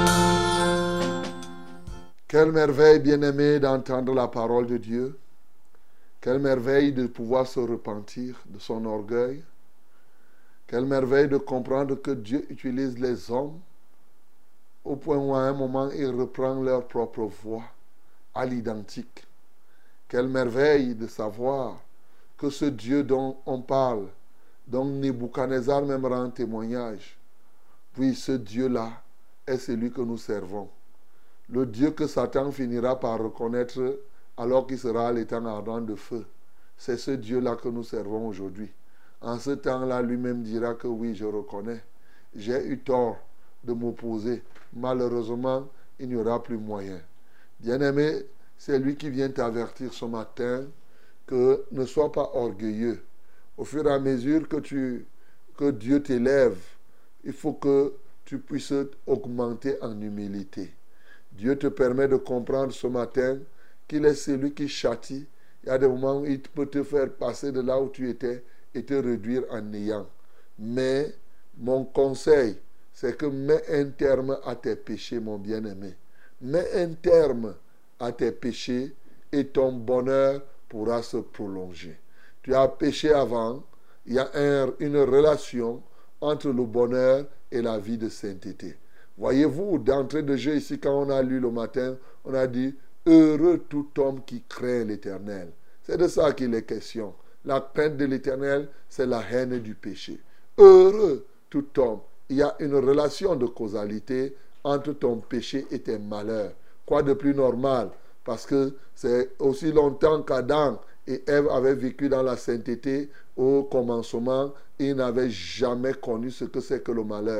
Quelle merveille, bien-aimé, d'entendre la parole de Dieu. Quelle merveille de pouvoir se repentir de son orgueil. Quelle merveille de comprendre que Dieu utilise les hommes au point où à un moment il reprend leur propre voix à l'identique. Quelle merveille de savoir que ce Dieu dont on parle, dont Nebuchadnezzar même rend témoignage, puis ce Dieu-là est celui que nous servons. Le Dieu que Satan finira par reconnaître alors qu'il sera à l'étang ardent de feu. C'est ce Dieu-là que nous servons aujourd'hui. En ce temps-là, lui-même dira que oui, je reconnais. J'ai eu tort de m'opposer. Malheureusement, il n'y aura plus moyen. Bien-aimé, c'est lui qui vient t'avertir ce matin que ne sois pas orgueilleux. Au fur et à mesure que Dieu t'élève, il faut que tu puisses augmenter en humilité. Dieu te permet de comprendre ce matin qu'il est celui qui châtie. Il y a des moments où il peut te faire passer de là où tu étais et te réduire en néant. Mais mon conseil, c'est que mets un terme à tes péchés, mon bien-aimé. Mets un terme à tes péchés et ton bonheur pourra se prolonger. Tu as péché avant, il y a une relation entre le bonheur et la vie de sainteté. Voyez-vous, d'entrée de jeu ici, quand on a lu le matin, on a dit « Heureux tout homme qui craint l'Éternel ». C'est de ça qu'il est question. La crainte de l'Éternel, c'est la haine du péché. Heureux tout homme. Il y a une relation de causalité entre ton péché et tes malheurs. Quoi de plus normal? Parce que c'est aussi longtemps qu'Adam et Ève avaient vécu dans la sainteté, au commencement, ils n'avaient jamais connu ce que c'est que le malheur.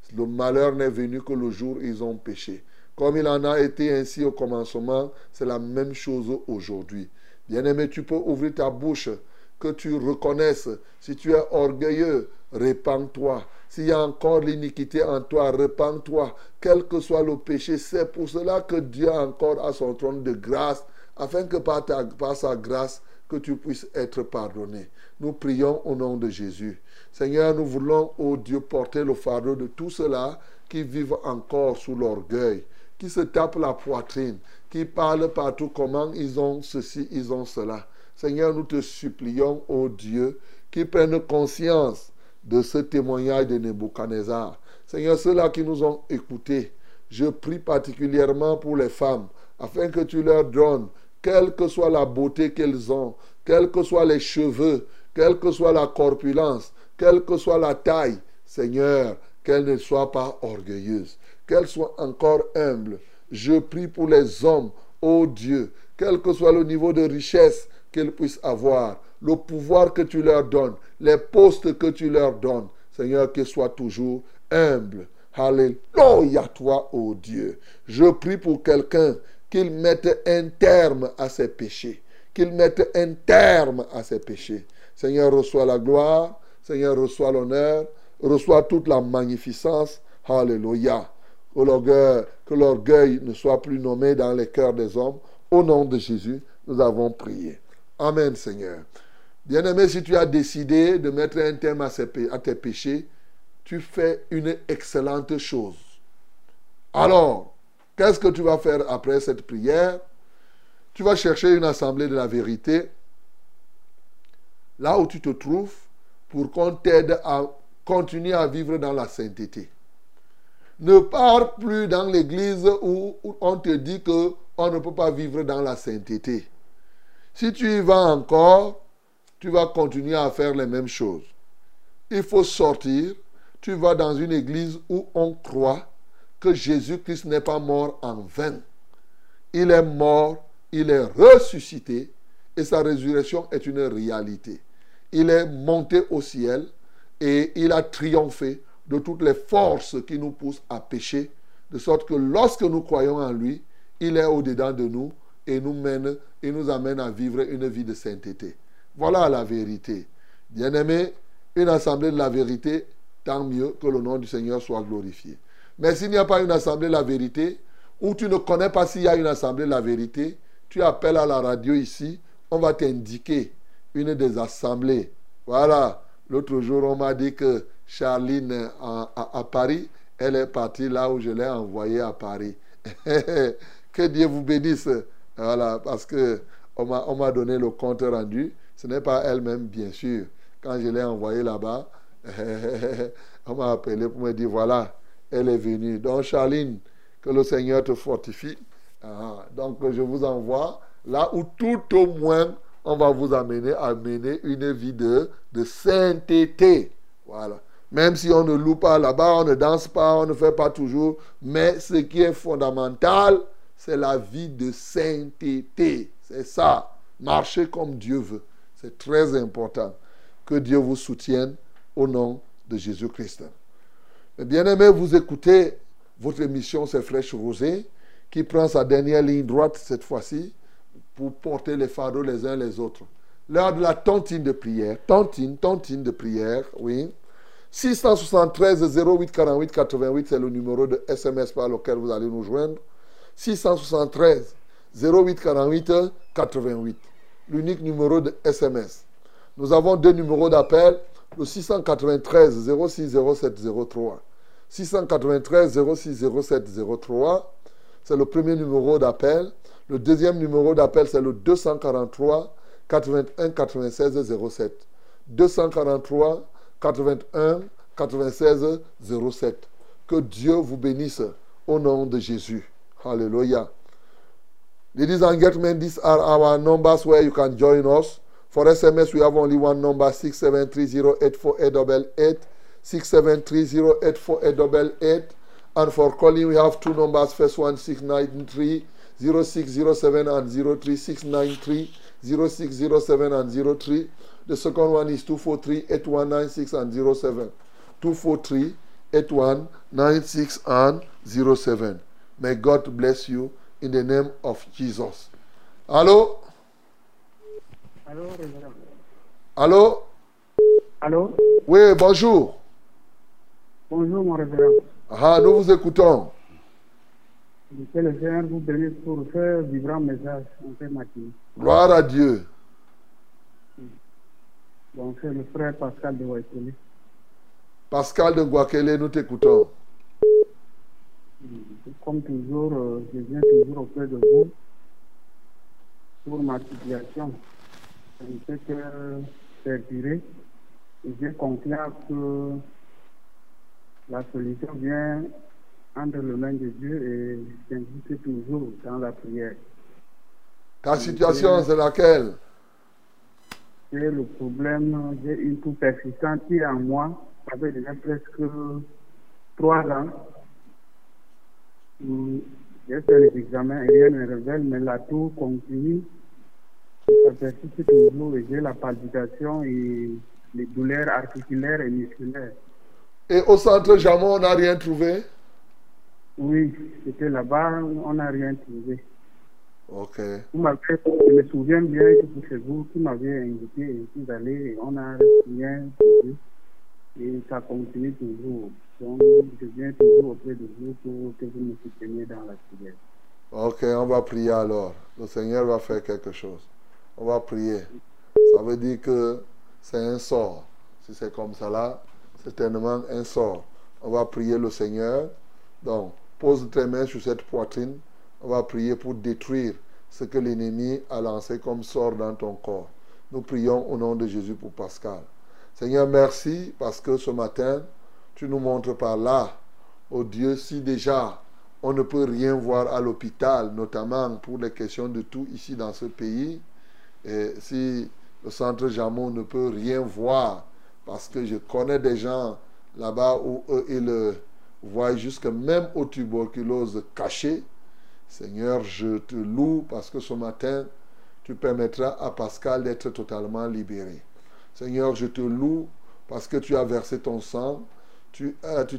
Le malheur n'est venu que le jour où ils ont péché. Comme il en a été ainsi au commencement, c'est la même chose aujourd'hui. Bien-aimé, tu peux ouvrir ta bouche, que tu reconnaisses. Si tu es orgueilleux, répands-toi. S'il y a encore l'iniquité en toi, répands-toi. Quel que soit le péché, c'est pour cela que Dieu a encore à son trône de grâce, afin que par sa grâce, que tu puisses être pardonné. Nous prions au nom de Jésus. Seigneur, nous voulons, ô Dieu, porter le fardeau de tous ceux-là qui vivent encore sous l'orgueil, qui se tapent la poitrine, qui parlent partout comment ils ont ceci, ils ont cela. Seigneur, nous te supplions, ô Dieu, qu'ils prennent conscience de ce témoignage de Nebuchadnezzar. Seigneur, ceux-là qui nous ont écoutés, je prie particulièrement pour les femmes, afin que tu leur donnes, quelle que soit la beauté qu'elles ont, quels que soient les cheveux, quelle que soit la corpulence, quelle que soit la taille, Seigneur, qu'elles ne soient pas orgueilleuses, qu'elles soient encore humbles. Je prie pour les hommes, ô Dieu, quel que soit le niveau de richesse qu'ils puissent avoir, le pouvoir que tu leur donnes, les postes que tu leur donnes, Seigneur, qu'ils soient toujours humbles. Alléluia, toi, ô Dieu. Je prie pour quelqu'un qu'il mette un terme à ses péchés, qu'il mette un terme à ses péchés. Seigneur, reçois la gloire, Seigneur, reçois l'honneur, reçois toute la magnificence. Alléluia. Que l'orgueil ne soit plus nommé dans les cœurs des hommes. Au nom de Jésus, nous avons prié. Amen, Seigneur. Bien-aimé, si tu as décidé de mettre un terme à tes péchés, tu fais une excellente chose. Alors, qu'est-ce que tu vas faire après cette prière? Tu vas chercher une assemblée de la vérité, là où tu te trouves, pour qu'on t'aide à continuer à vivre dans la sainteté. Ne pars plus dans l'église où on te dit qu'on ne peut pas vivre dans la sainteté. Si tu y vas encore, tu vas continuer à faire les mêmes choses. Il faut sortir. Tu vas dans une église où on croit que Jésus-Christ n'est pas mort en vain. Il est mort, il est ressuscité et sa résurrection est une réalité. Il est monté au ciel et il a triomphé de toutes les forces qui nous poussent à pécher, de sorte que lorsque nous croyons en lui, il est au-dedans de nous et nous amène à vivre une vie de sainteté. Voilà la vérité. Bien-aimé, une assemblée de la vérité, tant mieux, que le nom du Seigneur soit glorifié. Mais s'il n'y a pas une assemblée de la vérité, ou tu ne connais pas s'il y a une assemblée de la vérité, tu appelles à la radio ici, on va t'indiquer une des assemblées. Voilà, l'autre jour on m'a dit que Charline à Paris, elle est partie là où je l'ai envoyée à Paris. Que Dieu vous bénisse. Voilà, parce que on m'a donné le compte rendu. Ce n'est pas elle-même, bien sûr. Quand je l'ai envoyée là-bas, on m'a appelé pour me dire, voilà, elle est venue. Donc, Charline, que le Seigneur te fortifie. Donc, je vous envoie là où tout au moins, on va vous amener à mener une vie de sainteté. Voilà. Même si on ne loue pas là-bas, on ne danse pas, on ne fait pas toujours. Mais ce qui est fondamental, c'est la vie de sainteté. C'est ça. Marcher comme Dieu veut. C'est très important. Que Dieu vous soutienne au nom de Jésus-Christ. Bien-aimés, vous écoutez votre émission, c'est Fraîche Rosée, qui prend sa dernière ligne droite cette fois-ci pour porter les fardeaux les uns les autres. L'heure de la tontine de prière. Tontine de prière, oui. 673 08 48 88, c'est le numéro de SMS par lequel vous allez nous joindre. 673 08 48 88, l'unique numéro de SMS. Nous avons deux numéros d'appel, le 693 06 07 03. 693 06 07 03, c'est le premier numéro d'appel. Le deuxième numéro d'appel, c'est le 243 81 96 07. 243 81 96 07. Que Dieu vous bénisse au nom de Jésus. Hallelujah. Ladies and gentlemen, these are our numbers where you can join us. For SMS, we have only one number, 673084888, 673084888. And for calling, we have two numbers. First one, 693 0607 and 03, 693 0607 and 03. The second one is 243 8196 and 07. 243 819607. May God bless you in the name of Jesus. Allô? Allô, révérend. Allô? Allô? Oui, bonjour. Bonjour, mon révérend. Ah, nous vous écoutons. Que le Seigneur vous bénisse pour ce vibrant message en ce matin. Gloire à Dieu. Donc, c'est le frère Pascal de Waikele. Pascal de Guakele, nous t'écoutons. Comme toujours, je viens toujours auprès de vous pour ma situation. Je ne sais que perdurer. Et j'ai confiance que la solution vient entre les mains de Dieu et j'invite toujours dans la prière. Ta situation, c'est laquelle? J'ai le problème, j'ai une toux persistante qui est en moi. Ça fait déjà presque 3 ans. J'ai fait les examens et rien ne révèle, mais la toux continue. Ça persiste toujours et j'ai la palpitation et les douleurs articulaires et musculaires. Et au centre Jamon, on n'a rien trouvé? Oui, c'était là-bas, on n'a rien trouvé. Ok. Je me souviens bien que c'est vous qui m'avez invité et vous allez, et on n'a rien trouvé. Et ça continue toujours. Donc, je viens toujours auprès de vous pour que vous me souteniez dans la prière. Ok, on va prier alors. Le Seigneur va faire quelque chose. On va prier. Ça veut dire que c'est un sort. Si c'est comme ça là, c'est tellement un sort. On va prier le Seigneur. Donc, pose tes mains sur cette poitrine. On va prier pour détruire ce que l'ennemi a lancé comme sort dans ton corps. Nous prions au nom de Jésus pour Pascal. Seigneur, merci parce que ce matin, tu nous montres par là, oh Dieu, si déjà on ne peut rien voir à l'hôpital, notamment pour les questions de tout ici dans ce pays, et si le centre Jamon ne peut rien voir, parce que je connais des gens là-bas où eux, ils voient jusque même aux tuberculoses cachées. Seigneur, je te loue parce que ce matin, tu permettras à Pascal d'être totalement libéré. Seigneur, je te loue parce que tu as versé ton sang, tu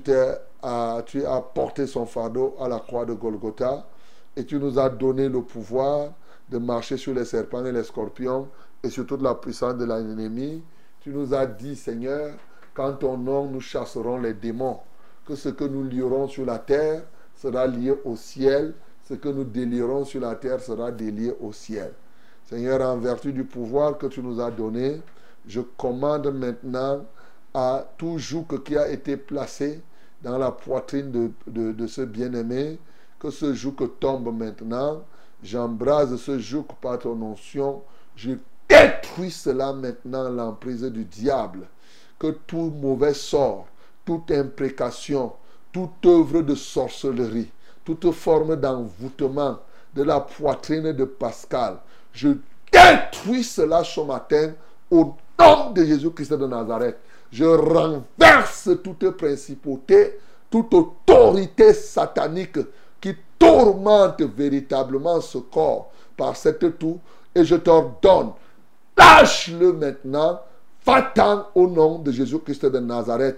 as porté son fardeau à la croix de Golgotha et tu nous as donné le pouvoir de marcher sur les serpents et les scorpions et sur toute la puissance de l'ennemi. Tu nous as dit, Seigneur, qu'en ton nom nous chasserons les démons, que ce que nous lierons sur la terre sera lié au ciel, ce que nous délierons sur la terre sera délié au ciel. Seigneur, en vertu du pouvoir que tu nous as donné, je commande maintenant à tout joug qui a été placé dans la poitrine de ce bien-aimé, que ce joug tombe maintenant. J'embrase ce joug par ton onction. Je détruis cela maintenant, l'emprise du diable. Que tout mauvais sort, toute imprécation, toute œuvre de sorcellerie, toute forme d'envoûtement de la poitrine de Pascal, je détruis cela ce matin au nom de Jésus-Christ de Nazareth. Je renverse toute principauté, toute autorité satanique qui tourmente véritablement ce corps par cette toux, et je t'ordonne, lâche-le maintenant, va-t'en au nom de Jésus-Christ de Nazareth.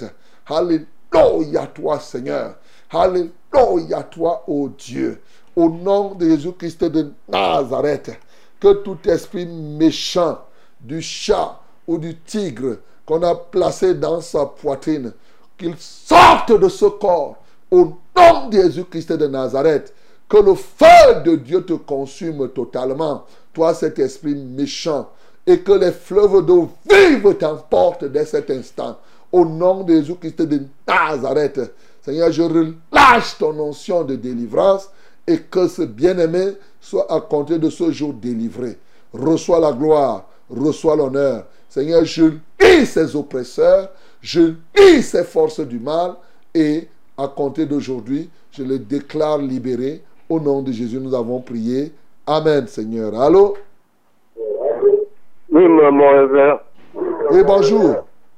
Alléluia toi Seigneur, alléluia toi ô Dieu, au nom de Jésus-Christ de Nazareth, que tout esprit méchant du chat ou du tigre qu'on a placé dans sa poitrine, qu'il sorte de ce corps au nom de Jésus-Christ de Nazareth. Que le feu de Dieu te consume totalement, toi cet esprit méchant, et que les fleuves d'eau vive t'emportent dès cet instant au nom de Jésus-Christ de Nazareth. Seigneur, je relâche ton onction de délivrance et que ce bien-aimé soit à compter de ce jour délivré. Reçois la gloire, reçois l'honneur. Seigneur, je lis ces oppresseurs, je lis ces forces du mal et à compter d'aujourd'hui, je les déclare libérés. Au nom de Jésus, nous avons prié. Amen, Seigneur. Allô? Oui, mon révérend. Oui, bonjour.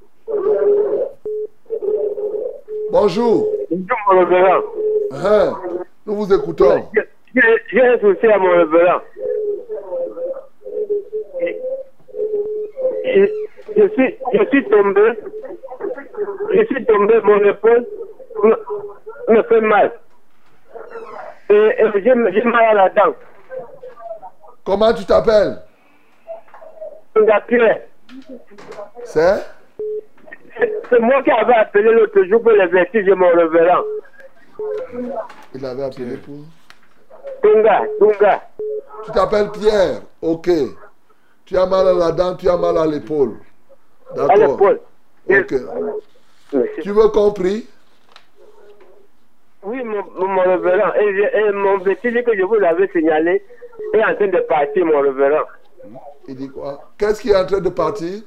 Bonjour. Bonjour, mon révérend. Nous vous écoutons. J'ai un souci à mon révérend. Je suis tombé, mon épaule me fait mal. Et j'ai mal à la dent. Comment tu t'appelles? Pierre. C'est moi qui avais appelé l'autre jour pour les vertiges de mon révérend. Il avait appelé pour Tunga. Tu t'appelles Pierre. Ok. Tu as mal à la dent, tu as mal à l'épaule. D'accord. À l'épaule. Ok. Tu veux qu'on prie? Oui, mon révérend. Et mon vertige que je vous l'avais signalé est en train de partir, mon révérend. Il dit quoi? Qu'est-ce qui est en train de partir?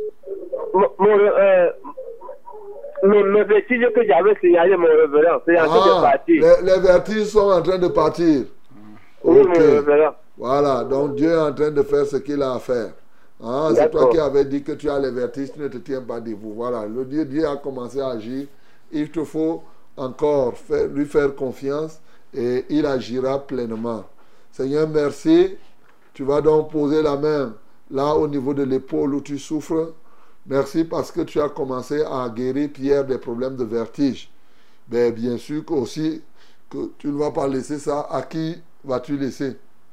Mes vertiges que j'avais signalé, mon révérend, c'est en train de partir. Les vertiges sont en train de partir. Oui, mon révérend. Voilà, donc Dieu est en train de faire ce qu'il a à faire. C'est toi qui avais dit que tu as les vertiges, tu ne te tiens pas debout. Voilà, le Dieu a commencé à agir. Il te faut encore lui faire confiance et il agira pleinement. Seigneur, merci. Tu vas donc poser la main là au niveau de l'épaule où tu souffres. Merci parce que tu as commencé à guérir Pierre des problèmes de vertige. Mais bien sûr aussi que tu ne vas pas laisser ça. À qui vas-tu laisser?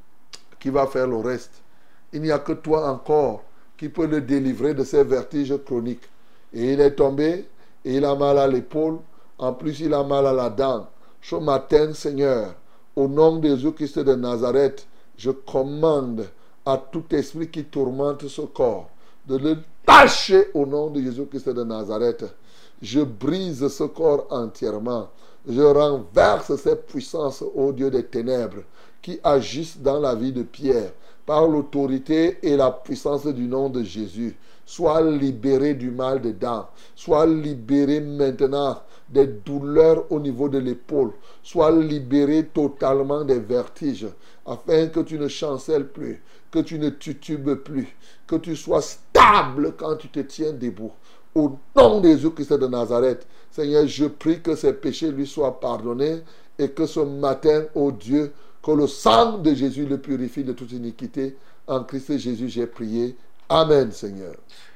Qui va faire le reste? Il n'y a que toi encore qui peut le délivrer de ces vertiges chroniques. Et il est tombé et il a mal à l'épaule. En plus, il a mal à la dent. Ce matin, Seigneur, au nom de Jésus-Christ de Nazareth, je commande à tout esprit qui tourmente ce corps de le lâcher au nom de Jésus-Christ de Nazareth. Je brise ce corps entièrement. Je renverse ces puissances, ô Dieu des ténèbres, qui agissent dans la vie de Pierre par l'autorité et la puissance du nom de Jésus. Sois libéré du mal des dents. Sois libéré maintenant des douleurs au niveau de l'épaule. Sois libéré totalement des vertiges, afin que tu ne chancelles plus, que tu ne titubes plus, que tu sois stable quand tu te tiens debout. Au nom de Jésus-Christ de Nazareth, Seigneur, je prie que ses péchés lui soient pardonnés et que ce matin, ô Dieu, que le sang de Jésus le purifie de toute iniquité. En Christ Jésus, j'ai prié. Amen, Seigneur.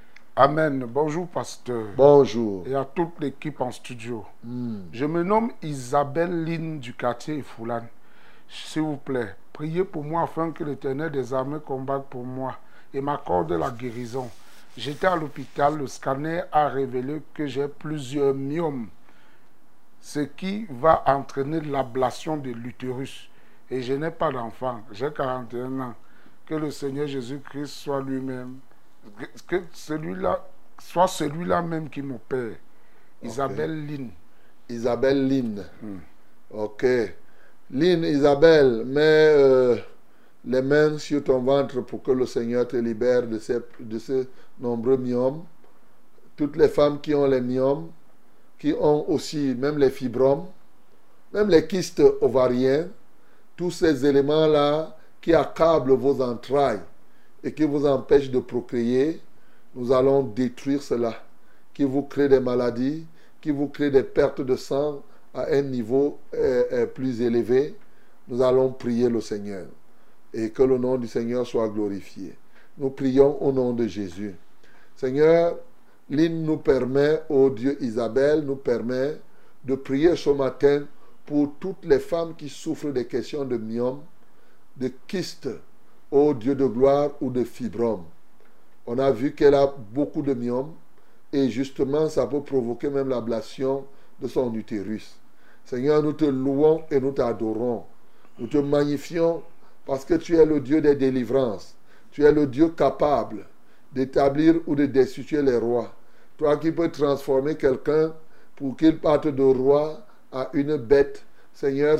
Amen. Bonjour, pasteur. Bonjour. Et à toute l'équipe en studio. Je me nomme Isabelle Line du quartier Foulane. S'il vous plaît, priez pour moi afin que l'Éternel des armées combatte pour moi et m'accorde la guérison. J'étais à l'hôpital, le scanner a révélé que j'ai plusieurs myomes, ce qui va entraîner l'ablation de l'utérus. Et je n'ai pas d'enfant, j'ai 41 ans. Que le Seigneur Jésus-Christ soit lui-même, que celui-là soit celui-là même qui m'opère. Isabelle Line. Isabelle Line. Ok. Line, Isabelle, mets les mains sur ton ventre pour que le Seigneur te libère de ces nombreux myomes. Toutes les femmes qui ont les myomes, qui ont aussi même les fibromes, même les kystes ovariens, tous ces éléments-là qui accablent vos entrailles et qui vous empêchent de procréer, nous allons détruire cela, qui vous crée des maladies, qui vous crée des pertes de sang à un niveau plus élevé. Nous allons prier le Seigneur et que le nom du Seigneur soit glorifié. Nous prions au nom de Jésus. Seigneur, Line nous permet, ô Dieu, Isabelle nous permet de prier ce matin pour toutes les femmes qui souffrent des questions de myome, de kystes, ô Dieu de gloire, ou de fibromes. On a vu qu'elle a beaucoup de myome et justement ça peut provoquer même l'ablation de son utérus. Seigneur, nous te louons et nous t'adorons. Nous te magnifions parce que tu es le Dieu des délivrances. Tu es le Dieu capable d'établir ou de destituer les rois. Toi qui peux transformer quelqu'un pour qu'il parte de roi à une bête. Seigneur,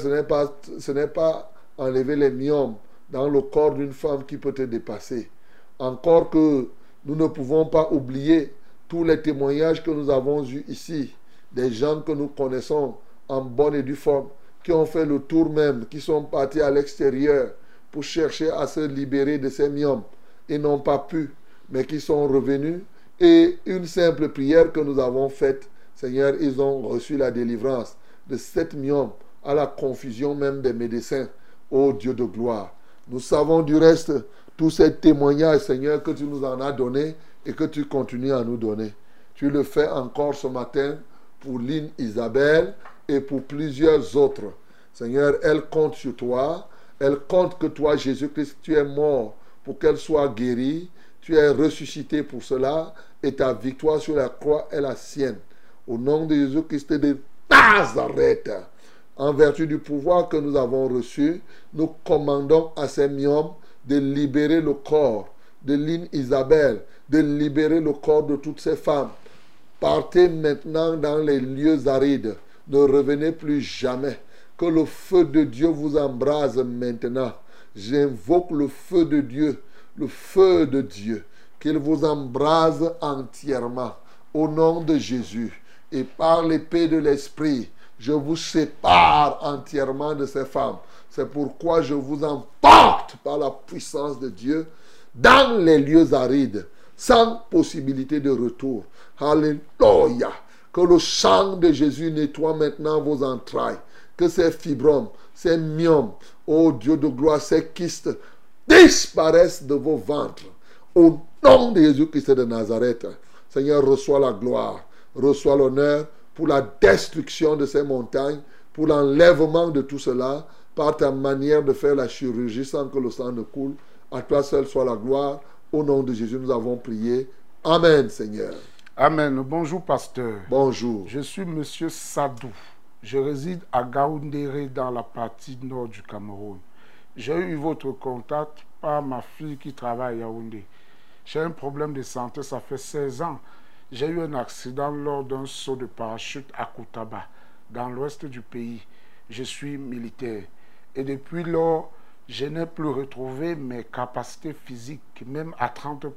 ce n'est pas enlever les myomes dans le corps d'une femme qui peut te dépasser. Encore que nous ne pouvons pas oublier tous les témoignages que nous avons eus ici, des gens que nous connaissons en bonne et due forme, qui ont fait le tour même, qui sont partis à l'extérieur pour chercher à se libérer de ces myomes et n'ont pas pu, mais qui sont revenus. Et une simple prière que nous avons faite, Seigneur, ils ont reçu la délivrance de cette myome à la confusion même des médecins. Ô Dieu de gloire, nous savons du reste tous ces témoignages, Seigneur, que tu nous en as donnés et que tu continues à nous donner. Tu le fais encore ce matin pour Line Isabelle et pour plusieurs autres. Seigneur, elle compte sur toi. Elle compte que toi, Jésus-Christ, tu es mort pour qu'elle soit guérie. Tu es ressuscité pour cela et ta victoire sur la croix est la sienne. Au nom de Jésus-Christ de Nazareth, en vertu du pouvoir que nous avons reçu, nous commandons à ces myomes de libérer le corps de Lynn Isabelle, de libérer le corps de toutes ces femmes. Partez maintenant dans les lieux arides. Ne revenez plus jamais. Que le feu de Dieu vous embrase maintenant. J'invoque le feu de Dieu, qu'il vous embrase entièrement. Au nom de Jésus et par l'épée de l'Esprit, je vous sépare entièrement de ces femmes. C'est pourquoi je vous emporte par la puissance de Dieu dans les lieux arides, sans possibilité de retour. Alléluia. Que le sang de Jésus nettoie maintenant vos entrailles. Que ces fibromes, ces myomes, ô Dieu de gloire, ces kystes disparaissent de vos ventres. Au nom de Jésus-Christ de Nazareth, Seigneur, reçois la gloire, reçois l'honneur pour la destruction de ces montagnes, pour l'enlèvement de tout cela, par ta manière de faire la chirurgie sans que le sang ne coule. À toi seul soit la gloire. Au nom de Jésus, nous avons prié. Amen, Seigneur. Amen. Bonjour, pasteur. Bonjour. Je suis monsieur Sadou. Je réside à Gaoundéré dans la partie nord du Cameroun. J'ai eu votre contact par ma fille qui travaille à Yaoundé. J'ai un problème de santé, ça fait 16 ans. J'ai eu un accident lors d'un saut de parachute à Koutaba, dans l'ouest du pays. Je suis militaire. Et depuis lors, je n'ai plus retrouvé mes capacités physiques, même à 30%.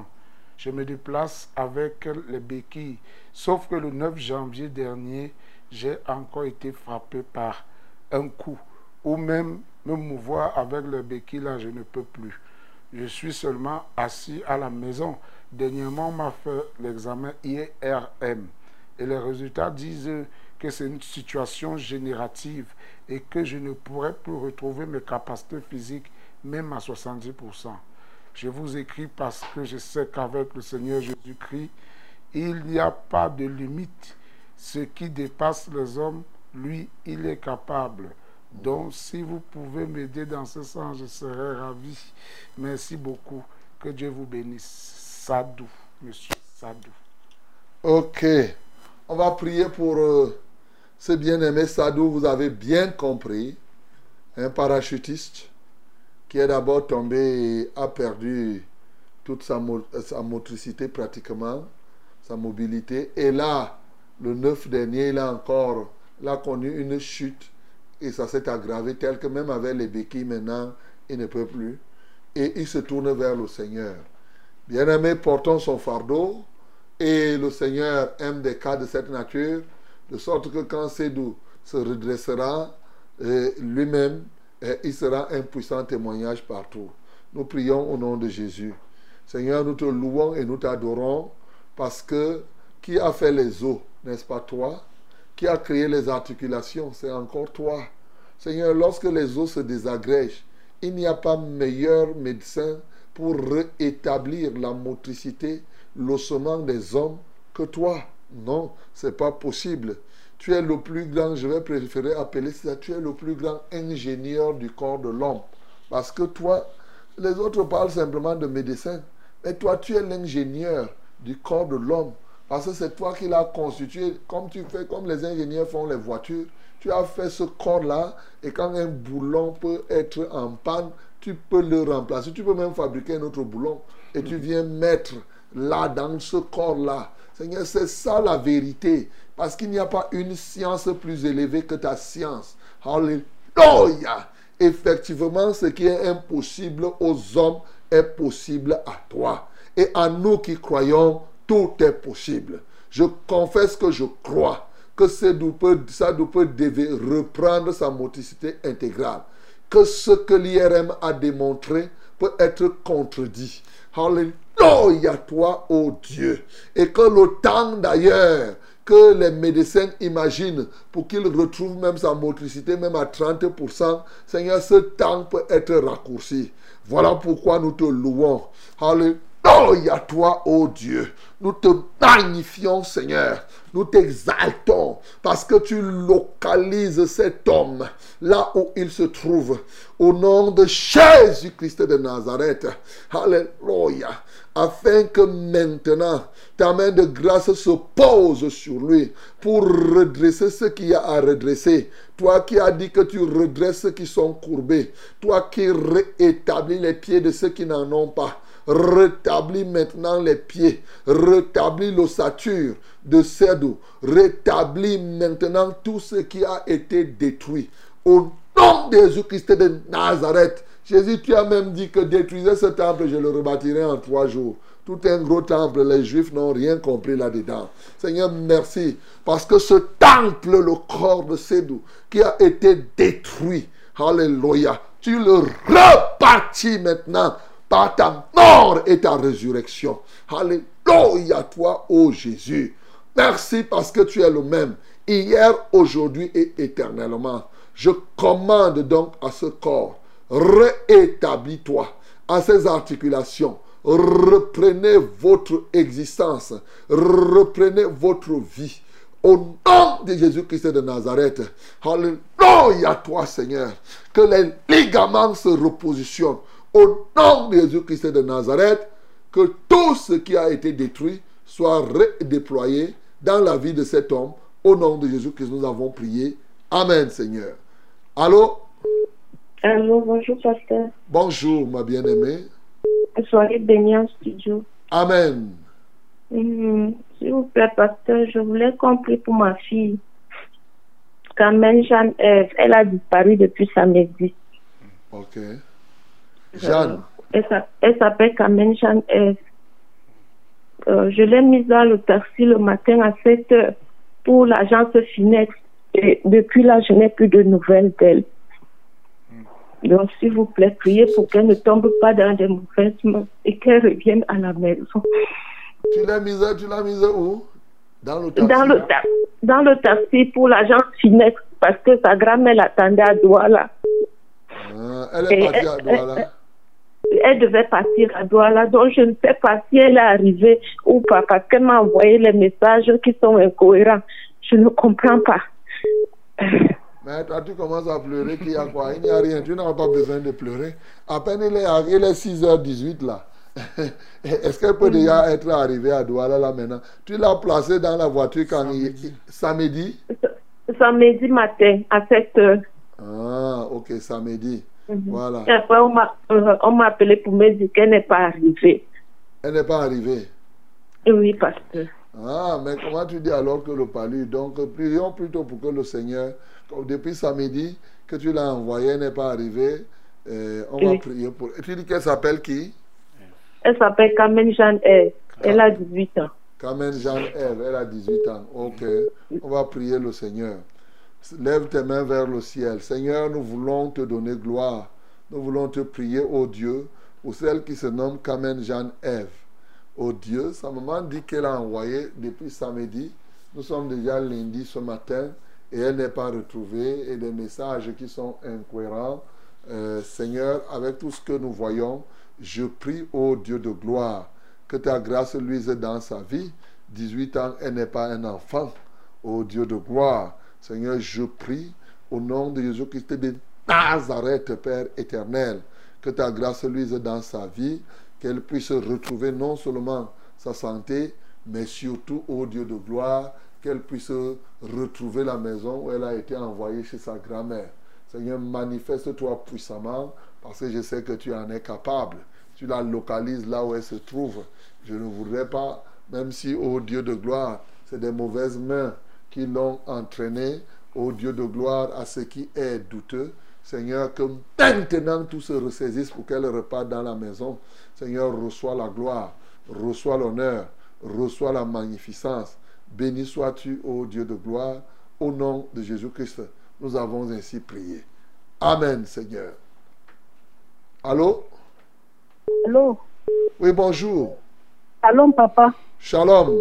Je me déplace avec les béquilles. Sauf que le 9 janvier dernier, j'ai encore été frappé par un coup. Ou même me mouvoir avec les béquilles, là, je ne peux plus. Je suis seulement assis à la maison. Dernièrement, on m'a fait l'examen IRM. Et les résultats disent que c'est une situation générative et que je ne pourrai plus retrouver mes capacités physiques, même à 70%. Je vous écris parce que je sais qu'avec le Seigneur Jésus-Christ, il n'y a pas de limite. Ce qui dépasse les hommes, lui, il est capable. Donc, si vous pouvez m'aider dans ce sens, je serai ravi. Merci beaucoup. Que Dieu vous bénisse. Sadou, monsieur Sadou. Ok. On va prier pour ce bien-aimé Sadou. Vous avez bien compris. Un parachutiste qui est d'abord tombé et a perdu toute sa motricité pratiquement, sa mobilité. Et là, le 9 dernier, il a connu une chute et ça s'est aggravé tel que même avec les béquilles maintenant, il ne peut plus. Et il se tourne vers le Seigneur. Bien-aimé, portons son fardeau et le Seigneur aime des cas de cette nature, de sorte que quand Sédou se redressera, lui-même, il sera un puissant témoignage partout. Nous prions au nom de Jésus. Seigneur, nous te louons et nous t'adorons parce que qui a fait les os, n'est-ce pas toi? Qui a créé les articulations, c'est encore toi. Seigneur, lorsque les os se désagrègent, il n'y a pas meilleur médecin pour rétablir la motricité, l'ossement des hommes que toi. Non, ce n'est pas possible. Tu es le plus grand, je vais préférer appeler ça, tu es le plus grand ingénieur du corps de l'homme. Parce que toi, les autres parlent simplement de médecin, mais toi, tu es l'ingénieur du corps de l'homme. Parce que c'est toi qui l'as constitué, comme les ingénieurs font les voitures. Tu as fait ce corps-là, et quand un boulon peut être en panne, tu peux le remplacer. Tu peux même fabriquer un autre boulon, et tu viens mettre là, dans ce corps-là. Seigneur, c'est ça la vérité. Parce qu'il n'y a pas une science plus élevée que ta science. Alléluia! Effectivement, ce qui est impossible aux hommes est possible à toi. Et à nous qui croyons, tout est possible. Je confesse que je crois que Sadou peut reprendre sa motricité intégrale. Que ce que l'IRM a démontré peut être contredit. Alléluia, toi, ô Dieu. Et que le temps d'ailleurs que les médecins imaginent pour qu'il retrouve même sa motricité, même à 30%, Seigneur, ce temps peut être raccourci. Voilà pourquoi nous te louons. Alléluia, toi, ô Dieu. Nous te magnifions, Seigneur. Nous t'exaltons parce que tu localises cet homme là où il se trouve. Au nom de Jésus-Christ de Nazareth. Alléluia. Afin que maintenant, ta main de grâce se pose sur lui pour redresser ce qu'il y a à redresser. Toi qui as dit que tu redresses ceux qui sont courbés. Toi qui rétablis les pieds de ceux qui n'en ont pas. Rétablis maintenant les pieds. Rétablis l'ossature de Cédou. Rétablis maintenant tout ce qui a été détruit. Au nom de Jésus-Christ de Nazareth. Jésus, tu as même dit que détruisez ce temple, je le rebâtirai en 3 jours. Tout un gros temple, les Juifs n'ont rien compris là-dedans. Seigneur, merci. Parce que ce temple, le corps de Cédou, qui a été détruit, alléluia, tu le rebâtis maintenant par ta mort et ta résurrection. Alléluia, toi, ô Jésus. Merci parce que tu es le même, hier, aujourd'hui et éternellement. Je commande donc à ce corps, réétablis-toi à ces articulations. Reprenez votre existence. Reprenez votre vie. Au nom de Jésus-Christ de Nazareth. Alléluia toi Seigneur. Que les ligaments se repositionnent. Au nom de Jésus-Christ de Nazareth. Que tout ce qui a été détruit soit redéployé dans la vie de cet homme. Au nom de Jésus-Christ nous avons prié. Amen Seigneur. Allô? Allô, bonjour pasteur. Bonjour ma bien-aimée. Soyez bénis en studio. Amen. S'il vous plaît, pasteur, je voulais qu'on prie pour ma fille. Carmen Jeanne-Ève, elle a disparu depuis samedi. Ok. Jeanne. Elle s'appelle Carmen Jeanne-Ève. Je l'ai mise dans le taxi le matin à 7h pour l'agence Finex. Et depuis là, je n'ai plus de nouvelles d'elle. Donc, s'il vous plaît, priez pour qu'elle ne tombe pas dans des mauvaises mains et qu'elle revienne à la maison. Tu l'as mise où? Dans le taxi? Dans le taxi pour l'agence Finex, parce que sa grand-mère l'attendait à Douala. Elle est partie à Douala? Elle devait partir à Douala, donc je ne sais pas si elle est arrivée ou pas, parce qu'elle m'a envoyé les messages qui sont incohérents. Je ne comprends pas. Mais toi, tu commences à pleurer qu'il y a quoi? Il n'y a rien. Tu n'as pas besoin de pleurer. À peine il est 6h18 là. Est-ce qu'elle peut déjà être arrivée à Douala là maintenant? Tu l'as placée dans la voiture quand samedi? Samedi matin à 7h. Ah, ok, samedi. Voilà. Et après, on m'a appelé pour me dire qu'elle n'est pas arrivée. Elle n'est pas arrivée? Oui, pasteur. Ah, mais comment tu dis alors que le palu? Donc, prions plutôt pour que le Seigneur, depuis samedi, que tu l'as envoyé, n'est pas arrivé. On va prier pour... Et tu dis qu'elle s'appelle qui? Elle s'appelle Carmen Jeanne-Ève. Elle a 18 ans. Carmen Jeanne-Ève, elle a 18 ans. Ok. On va prier le Seigneur. Lève tes mains vers le ciel. Seigneur, nous voulons te donner gloire. Nous voulons te prier, ô Dieu, pour celle qui se nomme Carmen Jeanne-Ève. Oh Dieu, sa maman dit qu'elle a envoyé depuis samedi. Nous sommes déjà lundi ce matin et elle n'est pas retrouvée et des messages qui sont incohérents. Seigneur, avec tout ce que nous voyons, je prie au Dieu de gloire que ta grâce luise dans sa vie. 18 ans, elle n'est pas un enfant. Ô Dieu de gloire, Seigneur, je prie au nom de Jésus-Christ de Nazareth, Père éternel, que ta grâce luise dans sa vie, qu'elle puisse retrouver non seulement sa santé, mais surtout, ô Dieu de gloire, qu'elle puisse retrouver la maison où elle a été envoyée chez sa grand-mère. Seigneur, manifeste-toi puissamment, parce que je sais que tu en es capable. Tu la localises là où elle se trouve. Je ne voudrais pas, même si, ô Dieu de gloire, c'est des mauvaises mains qui l'ont entraînée, ô Dieu de gloire, à ce qui est douteux. Seigneur, que maintenant tout se ressaisisse pour qu'elle reparte dans la maison. Seigneur, reçois la gloire, reçois l'honneur, reçois la magnificence. Béni sois-tu, ô Dieu de gloire, au nom de Jésus-Christ. Nous avons ainsi prié. Amen, Seigneur. Allô? Allô? Oui, bonjour. Shalom, papa. Shalom.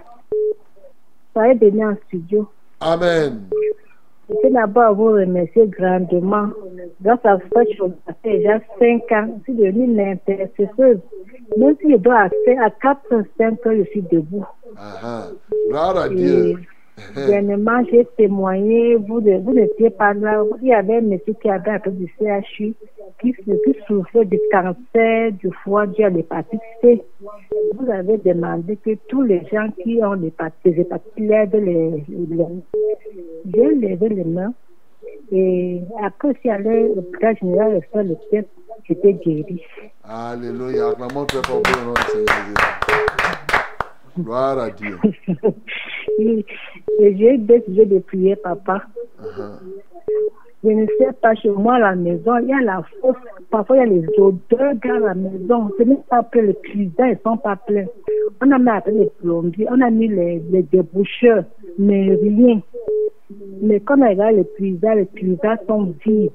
Soyez bénis en studio. Amen. Je peux d'abord vous remercier grandement. Grâce à vous, je fait déjà 5 ans. Je suis devenue une intercesseuse. Même si je dois accès à 4-5 heures, je suis debout. Gloire à Dieu. Dernièrement, j'ai témoigné, vous n'étiez pas là. Il y avait un monsieur qui avait un peu du CHU, qui souffrait du cancer du foie dû à l'hépatite C. Vous avez demandé que tous les gens qui ont des hépatites lèvent les mains. J'ai levé les mains. Et après, si allait au l'hôpital général, et faire le test, j'étais guéri. Alléluia. Acclamons très fort pour le nom du Seigneur Jésus. Gloire à Dieu. Et j'ai décidé de prier, papa. Je ne sais pas, chez moi à la maison, il y a la fosse. Parfois, il y a les odeurs dans la maison. Ce n'est pas plein, les cuisins ne sont pas pleins. On a mis appelé les plombiers, on a mis les déboucheurs, mais rien. Mais quand on regarde les cuisins sont vides.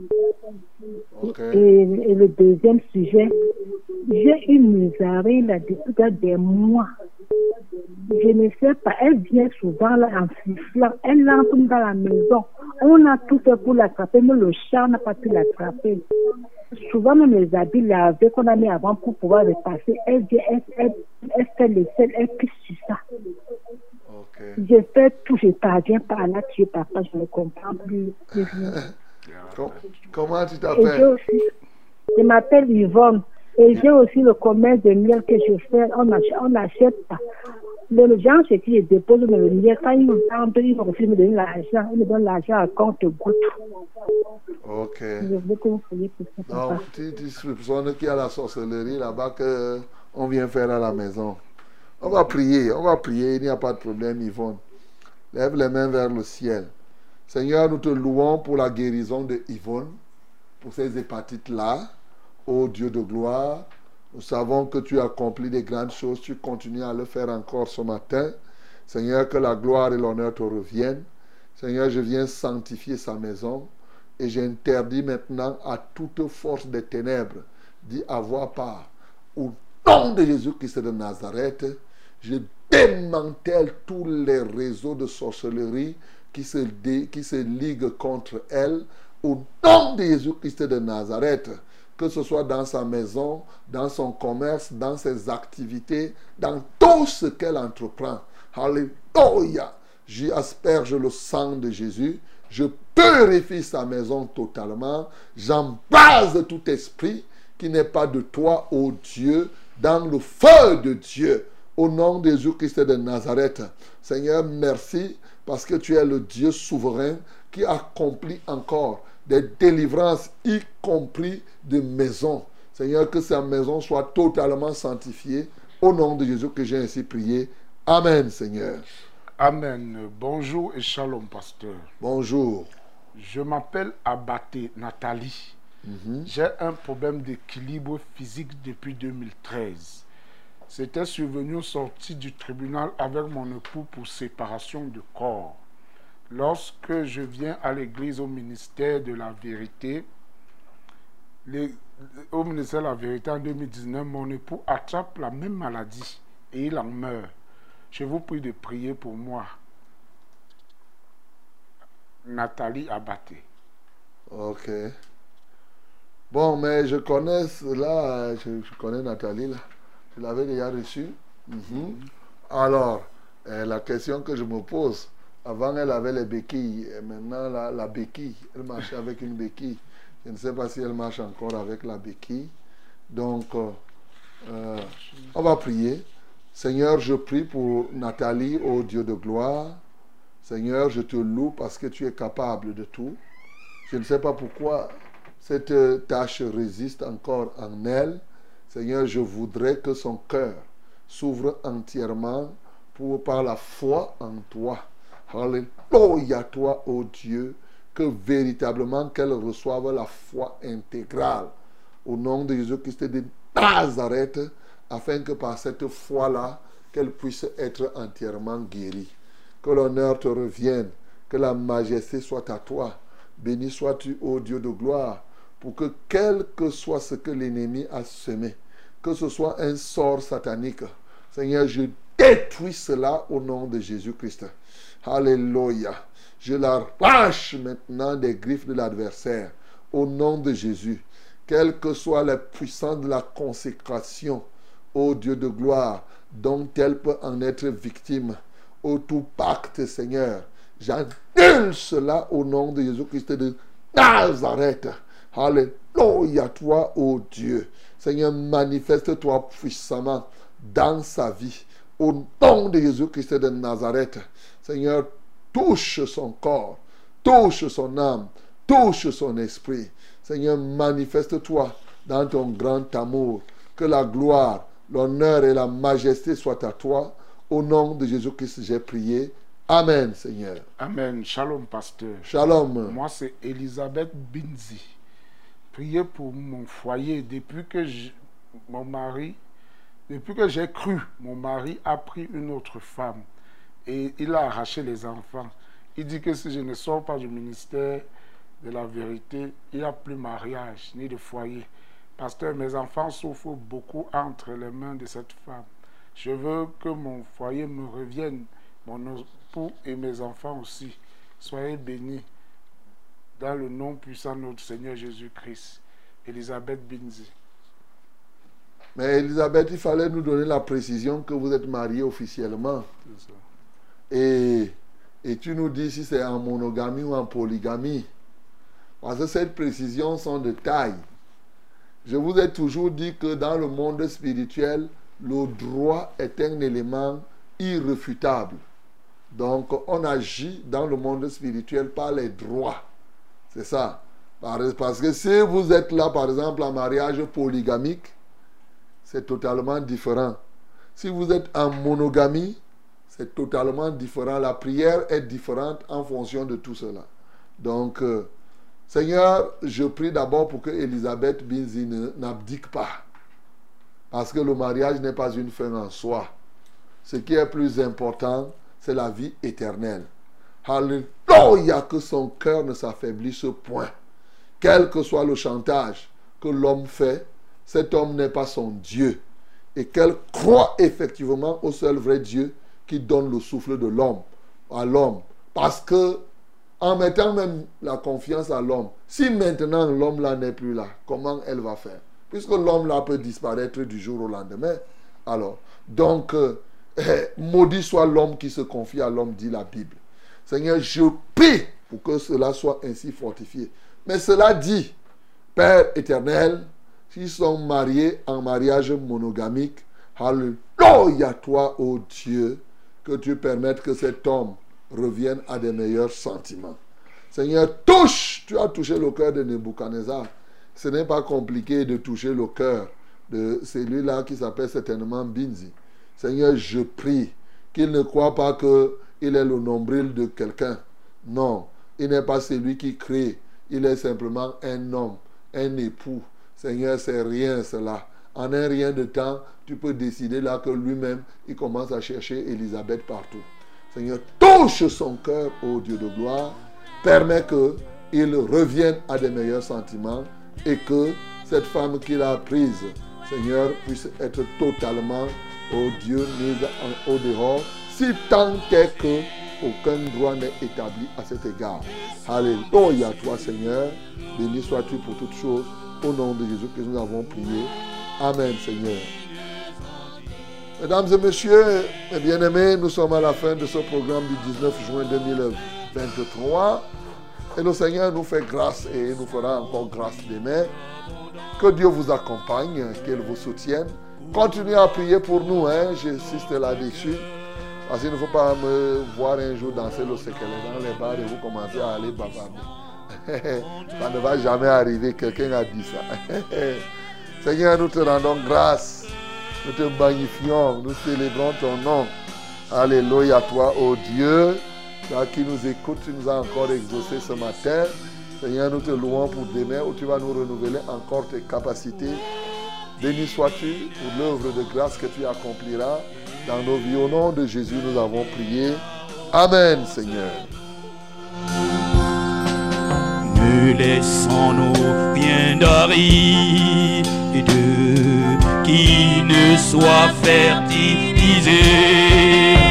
Et le deuxième sujet, j'ai une miserie là depuis des mois. Je ne sais pas, elle vient souvent là en sifflant, elle entre dans la maison. On a tout fait pour l'attraper, mais le chat n'a pas pu l'attraper. Souvent, même les habits lavés qu'on a mis avant pour pouvoir repasser, elle vient, elle fait le sel, elle pisse sur ça. Je fais tout, je ne parviens pas à la tuer, papa, je ne comprends plus. Comment tu t'appelles? Je m'appelle Yvonne. Et j'ai aussi le commerce de miel que je fais. On n'achète pas. Les gens chez qui je dépose le miel, quand ils me vendent, ils vont aussi me donner l'argent. Ils me donnent l'argent à compte-gouttes. Ok. Je veux que vous soyez pour ça. Donc, tu soupçonnes qu'il y a la sorcellerie là-bas qu'on vient faire à la maison. On va prier, il n'y a pas de problème, Yvonne. Lève les mains vers le ciel. Seigneur, nous te louons pour la guérison de Yvonne, pour ces hépatites-là. Ô Dieu de gloire, nous savons que tu as accompli des grandes choses, tu continues à le faire encore ce matin. Seigneur, que la gloire et l'honneur te reviennent. Seigneur, je viens sanctifier sa maison et j'interdis maintenant à toute force des ténèbres d'y avoir part. Au nom de Jésus-Christ de Nazareth, je démantèle tous les réseaux de sorcellerie qui se liguent contre elle. Au nom de Jésus-Christ de Nazareth, que ce soit dans sa maison, dans son commerce, dans ses activités, dans tout ce qu'elle entreprend. Alléluia. J'y asperge le sang de Jésus. Je purifie sa maison totalement. J'embrase tout esprit qui n'est pas de toi, ô Dieu, dans le feu de Dieu. Au nom de Jésus-Christ de Nazareth. Seigneur, merci parce que tu es le Dieu souverain qui accomplit encore des délivrances, y compris de maisons. Seigneur, que sa maison soit totalement sanctifiée. Au nom de Jésus que j'ai ainsi prié. Amen, Seigneur. Amen. Bonjour et shalom, pasteur. Bonjour. Je m'appelle Abaté Nathalie. J'ai un problème d'équilibre physique depuis 2013. C'était survenu sorti du tribunal avec mon époux pour séparation de corps. Lorsque je viens à l'église au ministère de la vérité, en 2019, mon époux attrape la même maladie et il en meurt. Je vous prie de prier pour moi. Nathalie Abaté. Ok. Bon, mais je connais cela, je connais Nathalie là. Je l'avais déjà reçue. Alors, la question que je me pose, avant elle avait les béquilles, et maintenant la béquille, elle marchait avec une béquille. Je ne sais pas si elle marche encore avec la béquille. Donc, on va prier. Seigneur, je prie pour Nathalie, ô Dieu de gloire. Seigneur, je te loue parce que tu es capable de tout. Je ne sais pas pourquoi cette tâche résiste encore en elle. Seigneur, je voudrais que son cœur s'ouvre entièrement par la foi en toi. Alléluia, toi, ô Dieu, que véritablement qu'elle reçoive la foi intégrale au nom de Jésus-Christ de Nazareth, afin que par cette foi-là, qu'elle puisse être entièrement guérie. Que l'honneur te revienne, que la majesté soit à toi. Béni sois-tu, ô Dieu de gloire, pour que quel que soit ce que l'ennemi a semé, que ce soit un sort satanique, Seigneur, je détruis cela au nom de Jésus-Christ. Alléluia. Je l'arrache maintenant des griffes de l'adversaire au nom de Jésus. Quelle que soit la puissance de la consécration, ô Dieu de gloire, dont elle peut en être victime. Ô tout pacte, Seigneur, j'annule cela au nom de Jésus-Christ de Nazareth. Alléluia, toi, ô Dieu. Seigneur, manifeste-toi puissamment dans sa vie. Au nom de Jésus-Christ de Nazareth. Seigneur, touche son corps, touche son âme, touche son esprit. Seigneur, manifeste-toi dans ton grand amour. Que la gloire, l'honneur et la majesté soient à toi. Au nom de Jésus-Christ, j'ai prié. Amen, Seigneur. Amen. Shalom, pasteur. Shalom. Moi, c'est Elisabeth Binzi. Priez pour mon foyer. Depuis que j'ai cru, mon mari a pris une autre femme et il a arraché les enfants. Il dit que si je ne sors pas du ministère de la vérité, il n'y a plus mariage ni de foyer. Pasteur, mes enfants souffrent beaucoup entre les mains de cette femme. Je veux que mon foyer me revienne, mon époux et mes enfants aussi. Soyez bénis dans le nom puissant de notre Seigneur Jésus-Christ. Elisabeth Binzi. Mais Elisabeth, il fallait nous donner la précision que vous êtes mariée officiellement. C'est ça. Et tu nous dis si c'est en monogamie ou en polygamie. Parce que cette précision sont de taille. Je vous ai toujours dit que dans le monde spirituel, le droit est un élément irréfutable. Donc, on agit dans le monde spirituel par les droits. C'est ça. Parce que si vous êtes là, par exemple, en mariage polygamique, c'est totalement différent. Si vous êtes en monogamie, c'est totalement différent. La prière est différente en fonction de tout cela. Donc, Seigneur, je prie d'abord pour que Elisabeth Binzi n'abdique pas. Parce que le mariage n'est pas une fin en soi. Ce qui est plus important, c'est la vie éternelle. Alléluia, que son cœur ne s'affaiblisse point. Quel que soit le chantage que l'homme fait, cet homme n'est pas son Dieu. Et qu'elle croit effectivement au seul vrai Dieu qui donne le souffle de l'homme à l'homme. Parce que, en mettant même la confiance à l'homme, si maintenant l'homme là n'est plus là, comment elle va faire? Puisque l'homme là peut disparaître du jour au lendemain. Alors, donc, maudit soit l'homme qui se confie à l'homme, dit la Bible. Seigneur, je prie pour que cela soit ainsi fortifié. Mais cela dit, Père éternel, s'ils sont mariés en mariage monogamique, alléluia toi, ô Dieu, que tu permettes que cet homme revienne à des meilleurs sentiments. Seigneur, touche, tu as touché le cœur de Nebuchadnezzar. Ce n'est pas compliqué de toucher le cœur de celui-là qui s'appelle certainement Binzi. Seigneur, je prie qu'il ne croit pas qu'il est le nombril de quelqu'un. Non, il n'est pas celui qui crée. Il est simplement un homme, un époux. Seigneur, c'est rien cela. En un rien de temps, tu peux décider là que lui-même, il commence à chercher Elisabeth partout. Seigneur, touche son cœur, ô Dieu de gloire. Permets qu'il revienne à des meilleurs sentiments et que cette femme qu'il a prise, Seigneur, puisse être totalement, ô Dieu, mise au dehors, si tant est que aucun droit n'est établi à cet égard. Alléluia, toi, Seigneur. Béni sois-tu pour toutes choses. Au nom de Jésus que nous avons prié. Amen, Seigneur. Mesdames et messieurs, mes bien-aimés, nous sommes à la fin de ce programme du 19 juin 2023. Et le Seigneur nous fait grâce et nous fera encore grâce demain. Que Dieu vous accompagne, qu'il vous soutienne. Continuez à prier pour nous, j'insiste là-dessus. Parce qu'il ne faut pas me voir un jour danser le séquelé dans les bars et vous commencez à aller bavarder. Ça ne va jamais arriver, quelqu'un a dit ça. Seigneur, nous te rendons grâce. Nous te magnifions, nous célébrons ton nom. Alléluia à toi, ô Dieu. Toi qui nous écoutes, tu nous as encore exaucé ce matin. Seigneur, nous te louons pour demain où tu vas nous renouveler encore tes capacités. Béni sois-tu pour l'œuvre de grâce que tu accompliras dans nos vies. Au nom de Jésus, nous avons prié. Amen, Seigneur. Ne laissons-nous rien d'aride qui ne soit fertilisé.